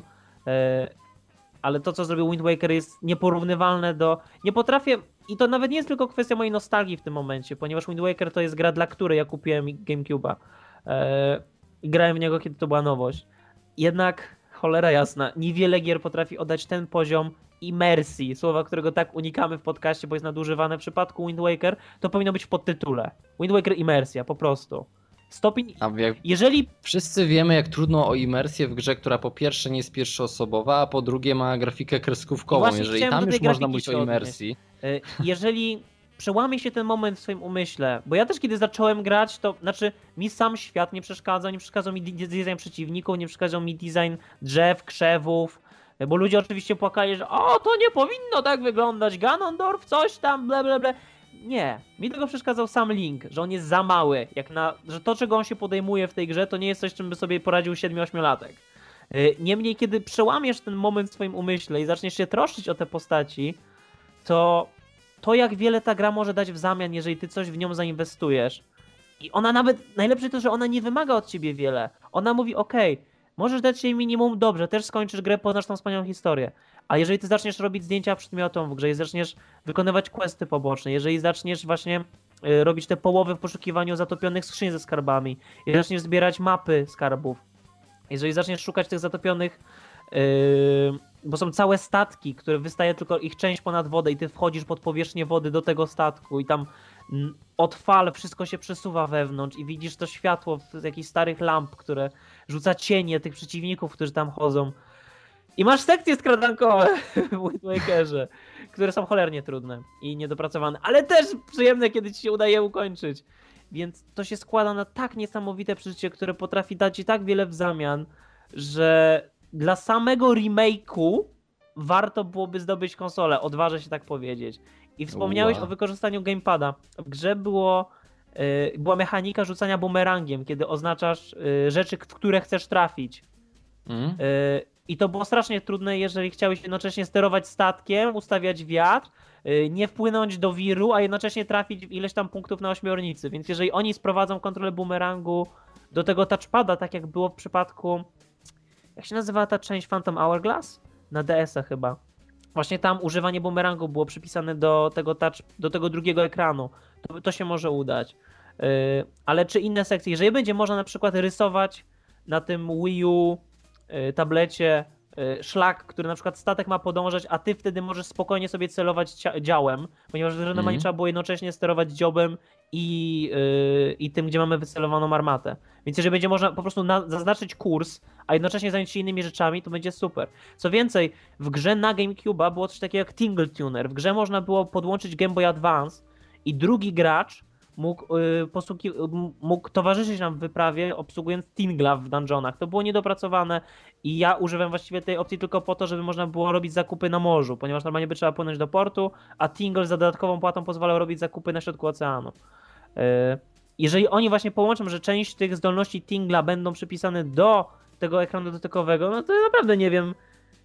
ale to, co zrobił Wind Waker, jest nieporównywalne do... Nie potrafię... I to nawet nie jest tylko kwestia mojej nostalgii w tym momencie, ponieważ Wind Waker to jest gra, dla której ja kupiłem GameCube'a. Eee, I grałem w niego, kiedy to była nowość. Jednak, cholera jasna, niewiele gier potrafi oddać ten poziom imersji, słowa, którego tak unikamy w podcaście, bo jest nadużywane w przypadku Wind Waker, to powinno być w podtytule. Wind Waker imersja, po prostu. Stopień... A jak Jeżeli... Wszyscy wiemy, jak trudno o imersję w grze, która po pierwsze nie jest pierwszoosobowa, a po drugie ma grafikę kreskówkową. Właśnie Jeżeli chciałem tam do tej już można grafiki mówić się o imersji. Jeżeli przełamie się ten moment w swoim umyśle, bo ja też kiedy zacząłem grać, to znaczy mi sam świat nie przeszkadzał, nie przeszkadzał mi design przeciwników, nie przeszkadzał mi design drzew, krzewów, bo ludzie oczywiście płakali, że o, to nie powinno tak wyglądać, Ganondorf, coś tam, ble, ble, ble. Nie, mi tego przeszkadzał sam Link, że on jest za mały, jak na, że to, czego on się podejmuje w tej grze, to nie jest coś, czym by sobie poradził siedmiu-ośmiolatek. Niemniej, kiedy przełamiesz ten moment w swoim umyśle i zaczniesz się troszczyć o te postaci, to to, jak wiele ta gra może dać w zamian, jeżeli ty coś w nią zainwestujesz. I ona nawet, najlepsze to, że ona nie wymaga od ciebie wiele. Ona mówi, okej, okay, możesz dać jej minimum, dobrze, też skończysz grę, poznasz tą wspaniałą historię. A jeżeli ty zaczniesz robić zdjęcia przedmiotom w grze, jeżeli zaczniesz wykonywać questy poboczne, jeżeli zaczniesz właśnie y, robić te połowy w poszukiwaniu zatopionych skrzyń ze skarbami, jeżeli zaczniesz zbierać mapy skarbów, jeżeli zaczniesz szukać tych zatopionych, yy, bo są całe statki, które wystaje tylko ich część ponad wodę i ty wchodzisz pod powierzchnię wody do tego statku i tam mm, od fal wszystko się przesuwa wewnątrz i widzisz to światło z jakichś starych lamp, które rzuca cienie tych przeciwników, którzy tam chodzą. I masz sekcje skradankowe w Wind Wakerze, które są cholernie trudne i niedopracowane, ale też przyjemne, kiedy ci się udaje ukończyć. Więc to się składa na tak niesamowite przeżycie, które potrafi dać ci tak wiele w zamian, że dla samego remake'u warto byłoby zdobyć konsolę, odważę się tak powiedzieć. I wspomniałeś Wow. o wykorzystaniu gamepada. W grze było, yy, była mechanika rzucania bumerangiem, kiedy oznaczasz yy, rzeczy, w które chcesz trafić. Mm. Yy, I to było strasznie trudne, jeżeli chciałeś jednocześnie sterować statkiem, ustawiać wiatr, yy, nie wpłynąć do wiru, a jednocześnie trafić w ileś tam punktów na ośmiornicy. Więc jeżeli oni sprowadzą kontrolę bumerangu do tego touchpada, tak jak było w przypadku, jak się nazywała ta część Phantom Hourglass? Na D S a chyba. Właśnie tam używanie bumerangu było przypisane do tego, touch, do tego drugiego ekranu. To, to się może udać. Yy, ale czy inne sekcje? Jeżeli będzie można na przykład rysować na tym Wii U yy, tablecie yy, szlak, który na przykład statek ma podążać, a ty wtedy możesz spokojnie sobie celować cia- działem, ponieważ w Renowanie Mhm. nie trzeba było jednocześnie sterować dziobem i, yy, i tym, gdzie mamy wycelowaną armatę. Więc jeżeli będzie można po prostu na, zaznaczyć kurs, a jednocześnie zająć się innymi rzeczami, to będzie super. Co więcej, w grze na GameCube'a było coś takiego jak Tingle Tuner. W grze można było podłączyć Game Boy Advance i drugi gracz mógł, yy, posługi- mógł towarzyszyć nam w wyprawie, obsługując Tingla w dungeonach. To było niedopracowane i ja używam właściwie tej opcji tylko po to, żeby można było robić zakupy na morzu, ponieważ normalnie by trzeba płynąć do portu, a Tingle za dodatkową płatą pozwalał robić zakupy na środku oceanu. Yy, jeżeli oni właśnie połączą, że część tych zdolności Tingla będą przypisane do tego ekranu dotykowego, no to ja naprawdę nie wiem.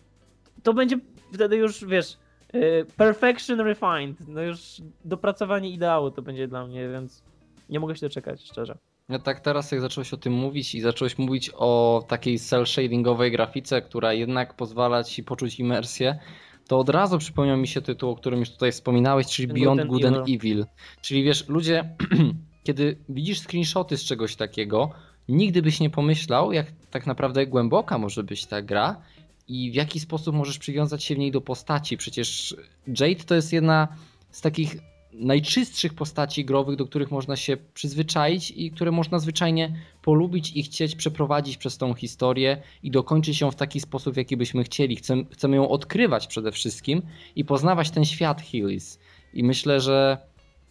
To będzie wtedy już, wiesz, yy, perfection refined. No już dopracowanie ideału to będzie dla mnie, więc nie mogę się doczekać, szczerze. Ja tak teraz jak zacząłeś o tym mówić i zacząłeś mówić o takiej cel shadingowej grafice, która jednak pozwala ci poczuć imersję, to od razu przypomniał mi się tytuł, o którym już tutaj wspominałeś, czyli Good Beyond and Good and Evil. Evil. Czyli wiesz, ludzie, kiedy widzisz screenshoty z czegoś takiego, nigdy byś nie pomyślał, jak tak naprawdę głęboka może być ta gra i w jaki sposób możesz przywiązać się w niej do postaci. Przecież Jade to jest jedna z takich najczystszych postaci growych, do których można się przyzwyczaić i które można zwyczajnie polubić i chcieć przeprowadzić przez tą historię i dokończyć ją w taki sposób, w jaki byśmy chcieli. Chcemy, chcemy ją odkrywać przede wszystkim i poznawać ten świat Hillis. I myślę, że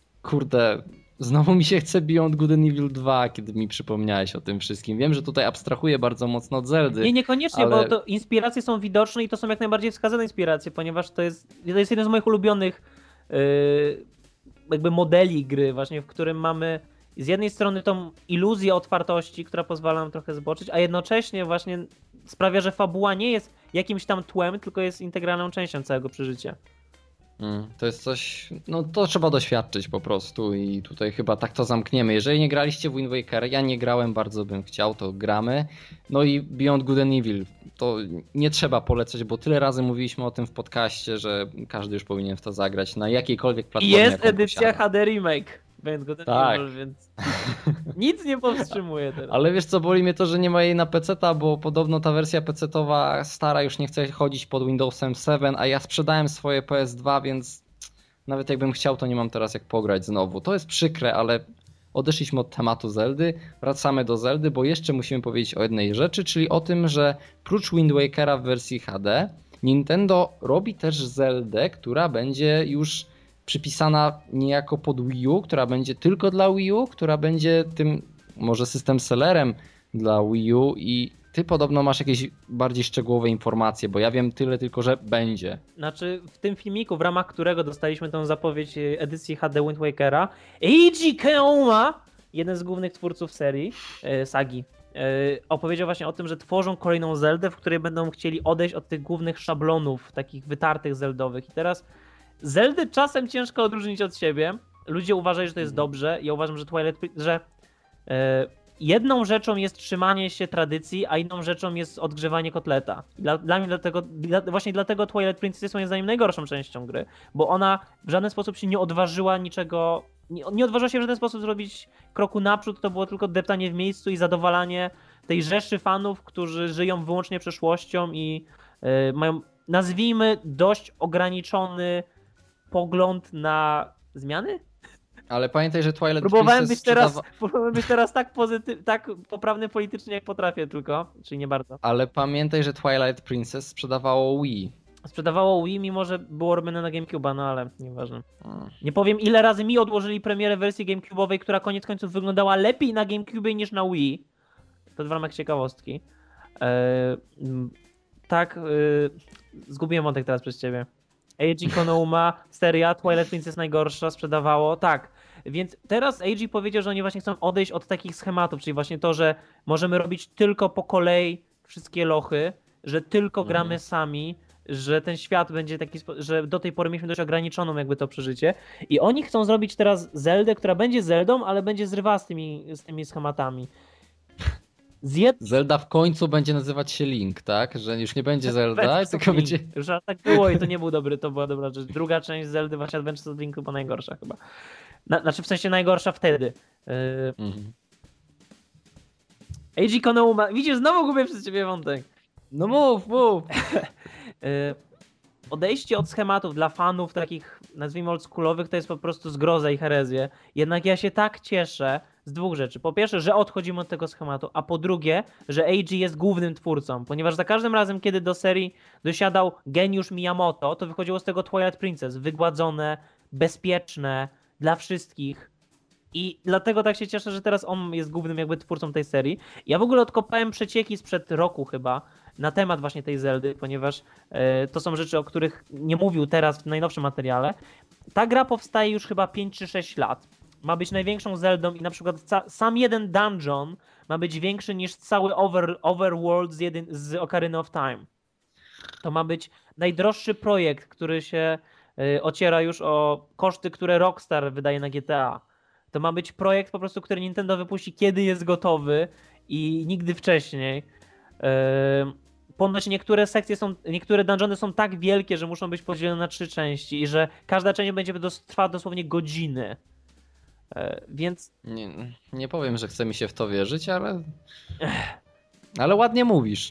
kurde, znowu mi się chce Beyond Good and Evil dwa, kiedy mi przypomniałeś o tym wszystkim. Wiem, że tutaj abstrahuję bardzo mocno od Zeldy. Nie, niekoniecznie, ale... bo to inspiracje są widoczne i to są jak najbardziej wskazane inspiracje, ponieważ to jest, to jest jeden z moich ulubionych yy, jakby modeli gry właśnie, w którym mamy z jednej strony tą iluzję otwartości, która pozwala nam trochę zboczyć, a jednocześnie właśnie sprawia, że fabuła nie jest jakimś tam tłem, tylko jest integralną częścią całego przeżycia. Mm, to jest coś, no to trzeba doświadczyć po prostu i tutaj chyba tak to zamkniemy. Jeżeli nie graliście w Wind Waker, ja nie grałem, bardzo bym chciał, to gramy. No i Beyond Good and Evil, to nie trzeba polecać, bo tyle razy mówiliśmy o tym w podcaście, że każdy już powinien w to zagrać na jakiejkolwiek I platformie. jest jaką edycja posiada. H D Remake, więc go ten Tak. Evil, więc nic nie powstrzymuje teraz. Ale wiesz co, boli mnie to, że nie ma jej na peceta, bo podobno ta wersja pecetowa stara już nie chce chodzić pod Windowsem siedem, a ja sprzedałem swoje P S dwa, więc nawet jakbym chciał, to nie mam teraz jak pograć znowu. To jest przykre, ale odeszliśmy od tematu Zeldy, wracamy do Zeldy, bo jeszcze musimy powiedzieć o jednej rzeczy, czyli o tym, że prócz Wind Wakera w wersji H D, Nintendo robi też Zeldę, która będzie już przypisana niejako pod Wii U, która będzie tylko dla Wii U, która będzie tym może system sellerem dla Wii U i ty podobno masz jakieś bardziej szczegółowe informacje, bo ja wiem tyle tylko, że będzie. Znaczy w tym filmiku, w ramach którego dostaliśmy tą zapowiedź edycji H D Wind Wakera, Eiji Keoma, jeden z głównych twórców serii, e, sagi, e, opowiedział właśnie o tym, że tworzą kolejną Zeldę, w której będą chcieli odejść od tych głównych szablonów, takich wytartych zeldowych. I teraz Zeldy czasem ciężko odróżnić od siebie. Ludzie uważają, że to jest dobrze. Ja uważam, że Twilight, że e, jedną rzeczą jest trzymanie się tradycji, a inną rzeczą jest odgrzewanie kotleta. Dla, dla mnie dlatego, dla, właśnie dlatego Twilight Princess jest moim zdaniem najgorszą częścią gry, bo ona w żaden sposób się nie odważyła niczego, nie, nie odważyła się w żaden sposób zrobić kroku naprzód, to było tylko deptanie w miejscu i zadowalanie tej rzeszy fanów, którzy żyją wyłącznie przeszłością i yy, mają, nazwijmy, dość ograniczony pogląd na zmiany? Ale pamiętaj, że Twilight Próbowałem Princess być teraz, sprzedawa... próbowałem być teraz tak pozytyw, tak poprawny politycznie jak potrafię tylko, czyli nie bardzo. Ale pamiętaj, że Twilight Princess sprzedawało Wii. Sprzedawało Wii, mimo że było robione na GameCube'a, no ale nieważne. Hmm. Nie powiem, ile razy mi odłożyli premierę wersji GameCube'owej, która koniec końców wyglądała lepiej na GameCube niż na Wii. To w ramach ciekawostki. Eee, tak, eee, zgubiłem wątek teraz przez ciebie. Eiji Konouma, seria Twilight Princess najgorsza, sprzedawało, tak. Więc teraz Eiji powiedział, że oni właśnie chcą odejść od takich schematów, czyli właśnie to, że możemy robić tylko po kolei wszystkie lochy, że tylko Mhm. gramy sami, że ten świat będzie taki, że do tej pory mieliśmy dość ograniczoną jakby to przeżycie. I oni chcą zrobić teraz Zeldę, która będzie Zeldą, ale będzie zrywała z tymi, z tymi schematami. Z jed... Zelda w końcu będzie nazywać się Link, tak? Że już nie będzie Zelda, Adventures tylko of Link. będzie... Już tak było i to nie był dobry, to była dobra rzecz. Druga część Zeldy, właśnie Adventures of Link, była najgorsza chyba. Na, znaczy w sensie najgorsza wtedy. Yy... Mhm. Eiji Konouma, widzisz, znowu gubię przez ciebie wątek. No mów, mów! Yy... Odejście od schematów dla fanów takich, nazwijmy oldschoolowych, to jest po prostu zgroza i herezję. Jednak ja się tak cieszę z dwóch rzeczy. Po pierwsze, że odchodzimy od tego schematu, a po drugie, że Eiji jest głównym twórcą, ponieważ za każdym razem, kiedy do serii dosiadał geniusz Miyamoto, to wychodziło z tego Twilight Princess, wygładzone, bezpieczne, dla wszystkich. I dlatego tak się cieszę, że teraz on jest głównym jakby twórcą tej serii. Ja w ogóle odkopałem przecieki sprzed roku chyba na temat właśnie tej Zeldy, ponieważ e, to są rzeczy, o których nie mówił teraz w najnowszym materiale. Ta gra powstaje już chyba pięć czy sześć lat. Ma być największą Zeldą i na przykład ca- sam jeden dungeon ma być większy niż cały over, overworld z, jedyn- z Ocarina of Time. To ma być najdroższy projekt, który się y, ociera już o koszty, które Rockstar wydaje na G T A. To ma być projekt po prostu, który Nintendo wypuści, kiedy jest gotowy i nigdy wcześniej. Yy, ponoć niektóre sekcje są, niektóre dungeony są tak wielkie, że muszą być podzielone na trzy części i że każda część będzie dos- trwała dosłownie godziny. Yy, więc... Nie, nie powiem, że chce mi się w to wierzyć, ale... Ale ładnie mówisz.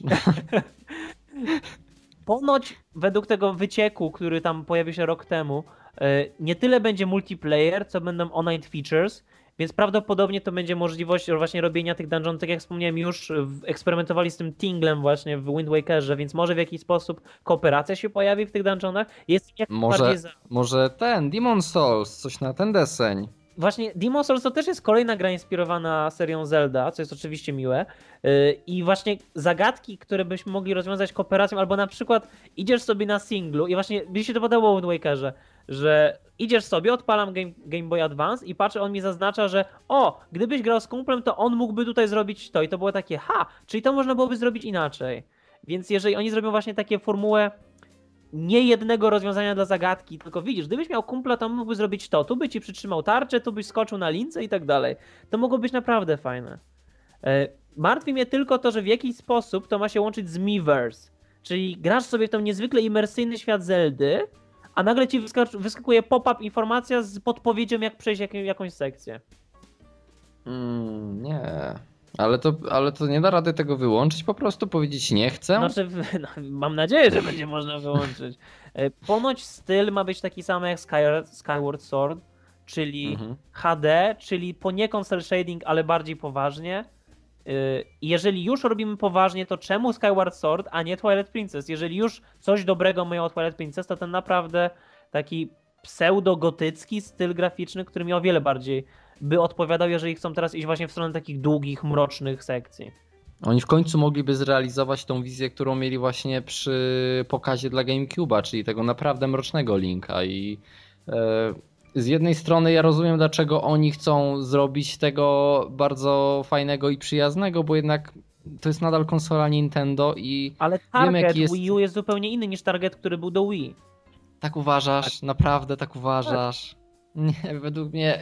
Ponoć według tego wycieku, który tam pojawił się rok temu, nie tyle będzie multiplayer, co będą online features, więc prawdopodobnie to będzie możliwość właśnie robienia tych dungeonów, tak jak wspomniałem już, eksperymentowali z tym Tinglem właśnie w Wind Wakerze, więc może w jakiś sposób kooperacja się pojawi w tych dungeonach. Jest jak Może, bardziej za... może ten, Demon Souls, coś na ten deseń. Właśnie Demon's Souls to też jest kolejna gra inspirowana serią Zelda, co jest oczywiście miłe. Yy, I właśnie zagadki, które byśmy mogli rozwiązać kooperacją, albo na przykład idziesz sobie na singlu i właśnie mi się to podobało w Wind Wakerze, że idziesz sobie, odpalam Game, Game Boy Advance i patrzę, on mi zaznacza, że o, gdybyś grał z kumplem, to on mógłby tutaj zrobić to. I to było takie, ha, czyli to można byłoby zrobić inaczej. Więc jeżeli oni zrobią właśnie takie formułę nie jednego rozwiązania dla zagadki, tylko widzisz, gdybyś miał kumpla, to mógłby zrobić to, tu by ci przytrzymał tarczę, tu byś skoczył na lince i tak dalej. To mogło być naprawdę fajne. Martwi mnie tylko to, że w jakiś sposób to ma się łączyć z Miiverse, czyli grasz sobie w ten niezwykle imersyjny świat Zeldy, a nagle ci wyskak- wyskakuje pop-up informacja z podpowiedzią, jak przejść jak- jakąś sekcję. Mm, nie. Ale to, ale to nie da rady tego wyłączyć, po prostu powiedzieć nie chcę? Znaczy, no, mam nadzieję, że będzie można wyłączyć. Ponoć styl ma być taki sam jak Skyward, Skyward Sword, czyli Mhm. H D, czyli poniekąd cel shading, ale bardziej poważnie. I jeżeli już robimy poważnie, to czemu Skyward Sword, a nie Twilight Princess? Jeżeli już coś dobrego mają o Twilight Princess, to ten naprawdę taki pseudo-gotycki styl graficzny, który mi o wiele bardziej by odpowiadał, jeżeli chcą teraz iść właśnie w stronę takich długich, mrocznych sekcji. Oni w końcu mogliby zrealizować tą wizję, którą mieli właśnie przy pokazie dla GameCube'a, czyli tego naprawdę mrocznego Linka. I e, z jednej strony ja rozumiem, dlaczego oni chcą zrobić tego bardzo fajnego i przyjaznego, bo jednak to jest nadal konsola Nintendo i Ale wiem, target jaki jest... Wii U jest zupełnie inny niż target, który był do Wii. Tak uważasz? Naprawdę tak uważasz? Nie, według mnie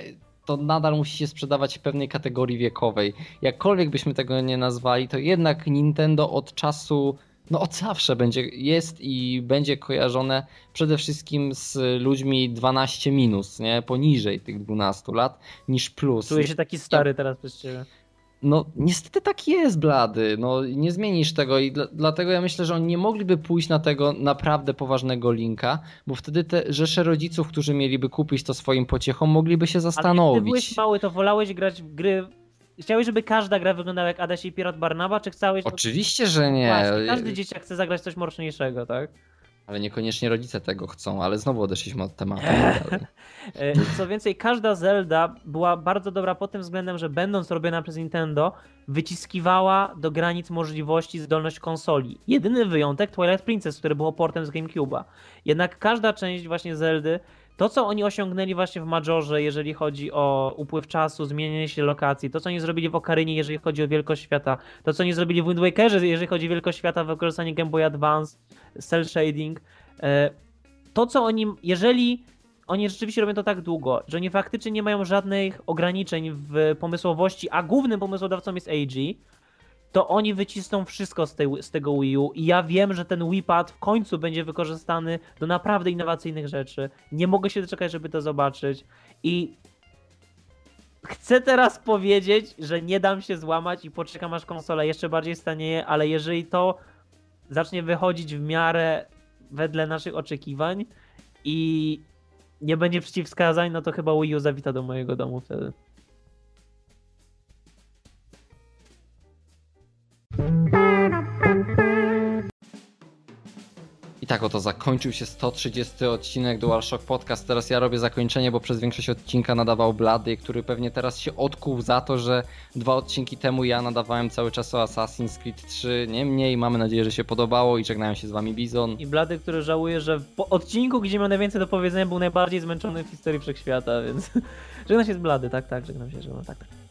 to nadal musi się sprzedawać w pewnej kategorii wiekowej. Jakkolwiek byśmy tego nie nazwali, to jednak Nintendo od czasu, no od zawsze będzie, jest i będzie kojarzone przede wszystkim z ludźmi dwanaście minus, nie? Poniżej tych dwunastu lat niż plus. Czuję się taki stary teraz przez ciebie. No niestety tak jest, blady, no nie zmienisz tego i dla, dlatego ja myślę, że oni nie mogliby pójść na tego naprawdę poważnego linka, bo wtedy te rzesze rodziców, którzy mieliby kupić to swoim pociechom, mogliby się Ale jak zastanowić. ty byłeś mały, to wolałeś grać w gry... Chciałeś, żeby każda gra wyglądała jak Adaś i Pirat Barnaba, czy chciałeś... Oczywiście, że nie. Właśnie, każdy dzieciak chce zagrać coś mroczniejszego, tak? Ale niekoniecznie rodzice tego chcą, ale znowu odeszliśmy od tematu. Co więcej, każda Zelda była bardzo dobra pod tym względem, że będąc robiona przez Nintendo, wyciskiwała do granic możliwości zdolność konsoli. Jedyny wyjątek Twilight Princess, który było portem z GameCube'a. Jednak każda część właśnie Zeldy, to co oni osiągnęli właśnie w Majorze, jeżeli chodzi o upływ czasu, zmienienie się lokacji, to co oni zrobili w Okarinie, jeżeli chodzi o wielkość świata, to co oni zrobili w Wind Wakerze, jeżeli chodzi o wielkość świata, wykorzystanie Game Boy Advance, cel shading, to co oni, jeżeli oni rzeczywiście robią to tak długo, że oni faktycznie nie mają żadnych ograniczeń w pomysłowości, a głównym pomysłodawcą jest A G, to oni wycisną wszystko z, tej, z tego Wii U i ja wiem, że ten Wii Pad w końcu będzie wykorzystany do naprawdę innowacyjnych rzeczy. Nie mogę się doczekać, żeby to zobaczyć i chcę teraz powiedzieć, że nie dam się złamać i poczekam, aż konsola jeszcze bardziej stanieje, ale jeżeli to zacznie wychodzić w miarę wedle naszych oczekiwań i nie będzie przeciwwskazań, no to chyba Wii U zawita do mojego domu wtedy. I tak oto zakończył się sto trzydziesty odcinek DualShock Podcast. Teraz ja robię zakończenie, bo przez większość odcinka nadawał Blady, który pewnie teraz się odkuł za to, że dwa odcinki temu ja nadawałem cały czas o Assassin's Creed trzy. Niemniej mamy nadzieję, że się podobało i żegnają się z wami Bizon. I Blady, który żałuje, że po odcinku, gdzie miał najwięcej do powiedzenia, był najbardziej zmęczony w historii wszechświata, więc żegnam się z Blady, tak, tak, żegnam się, żegnam, tak, tak.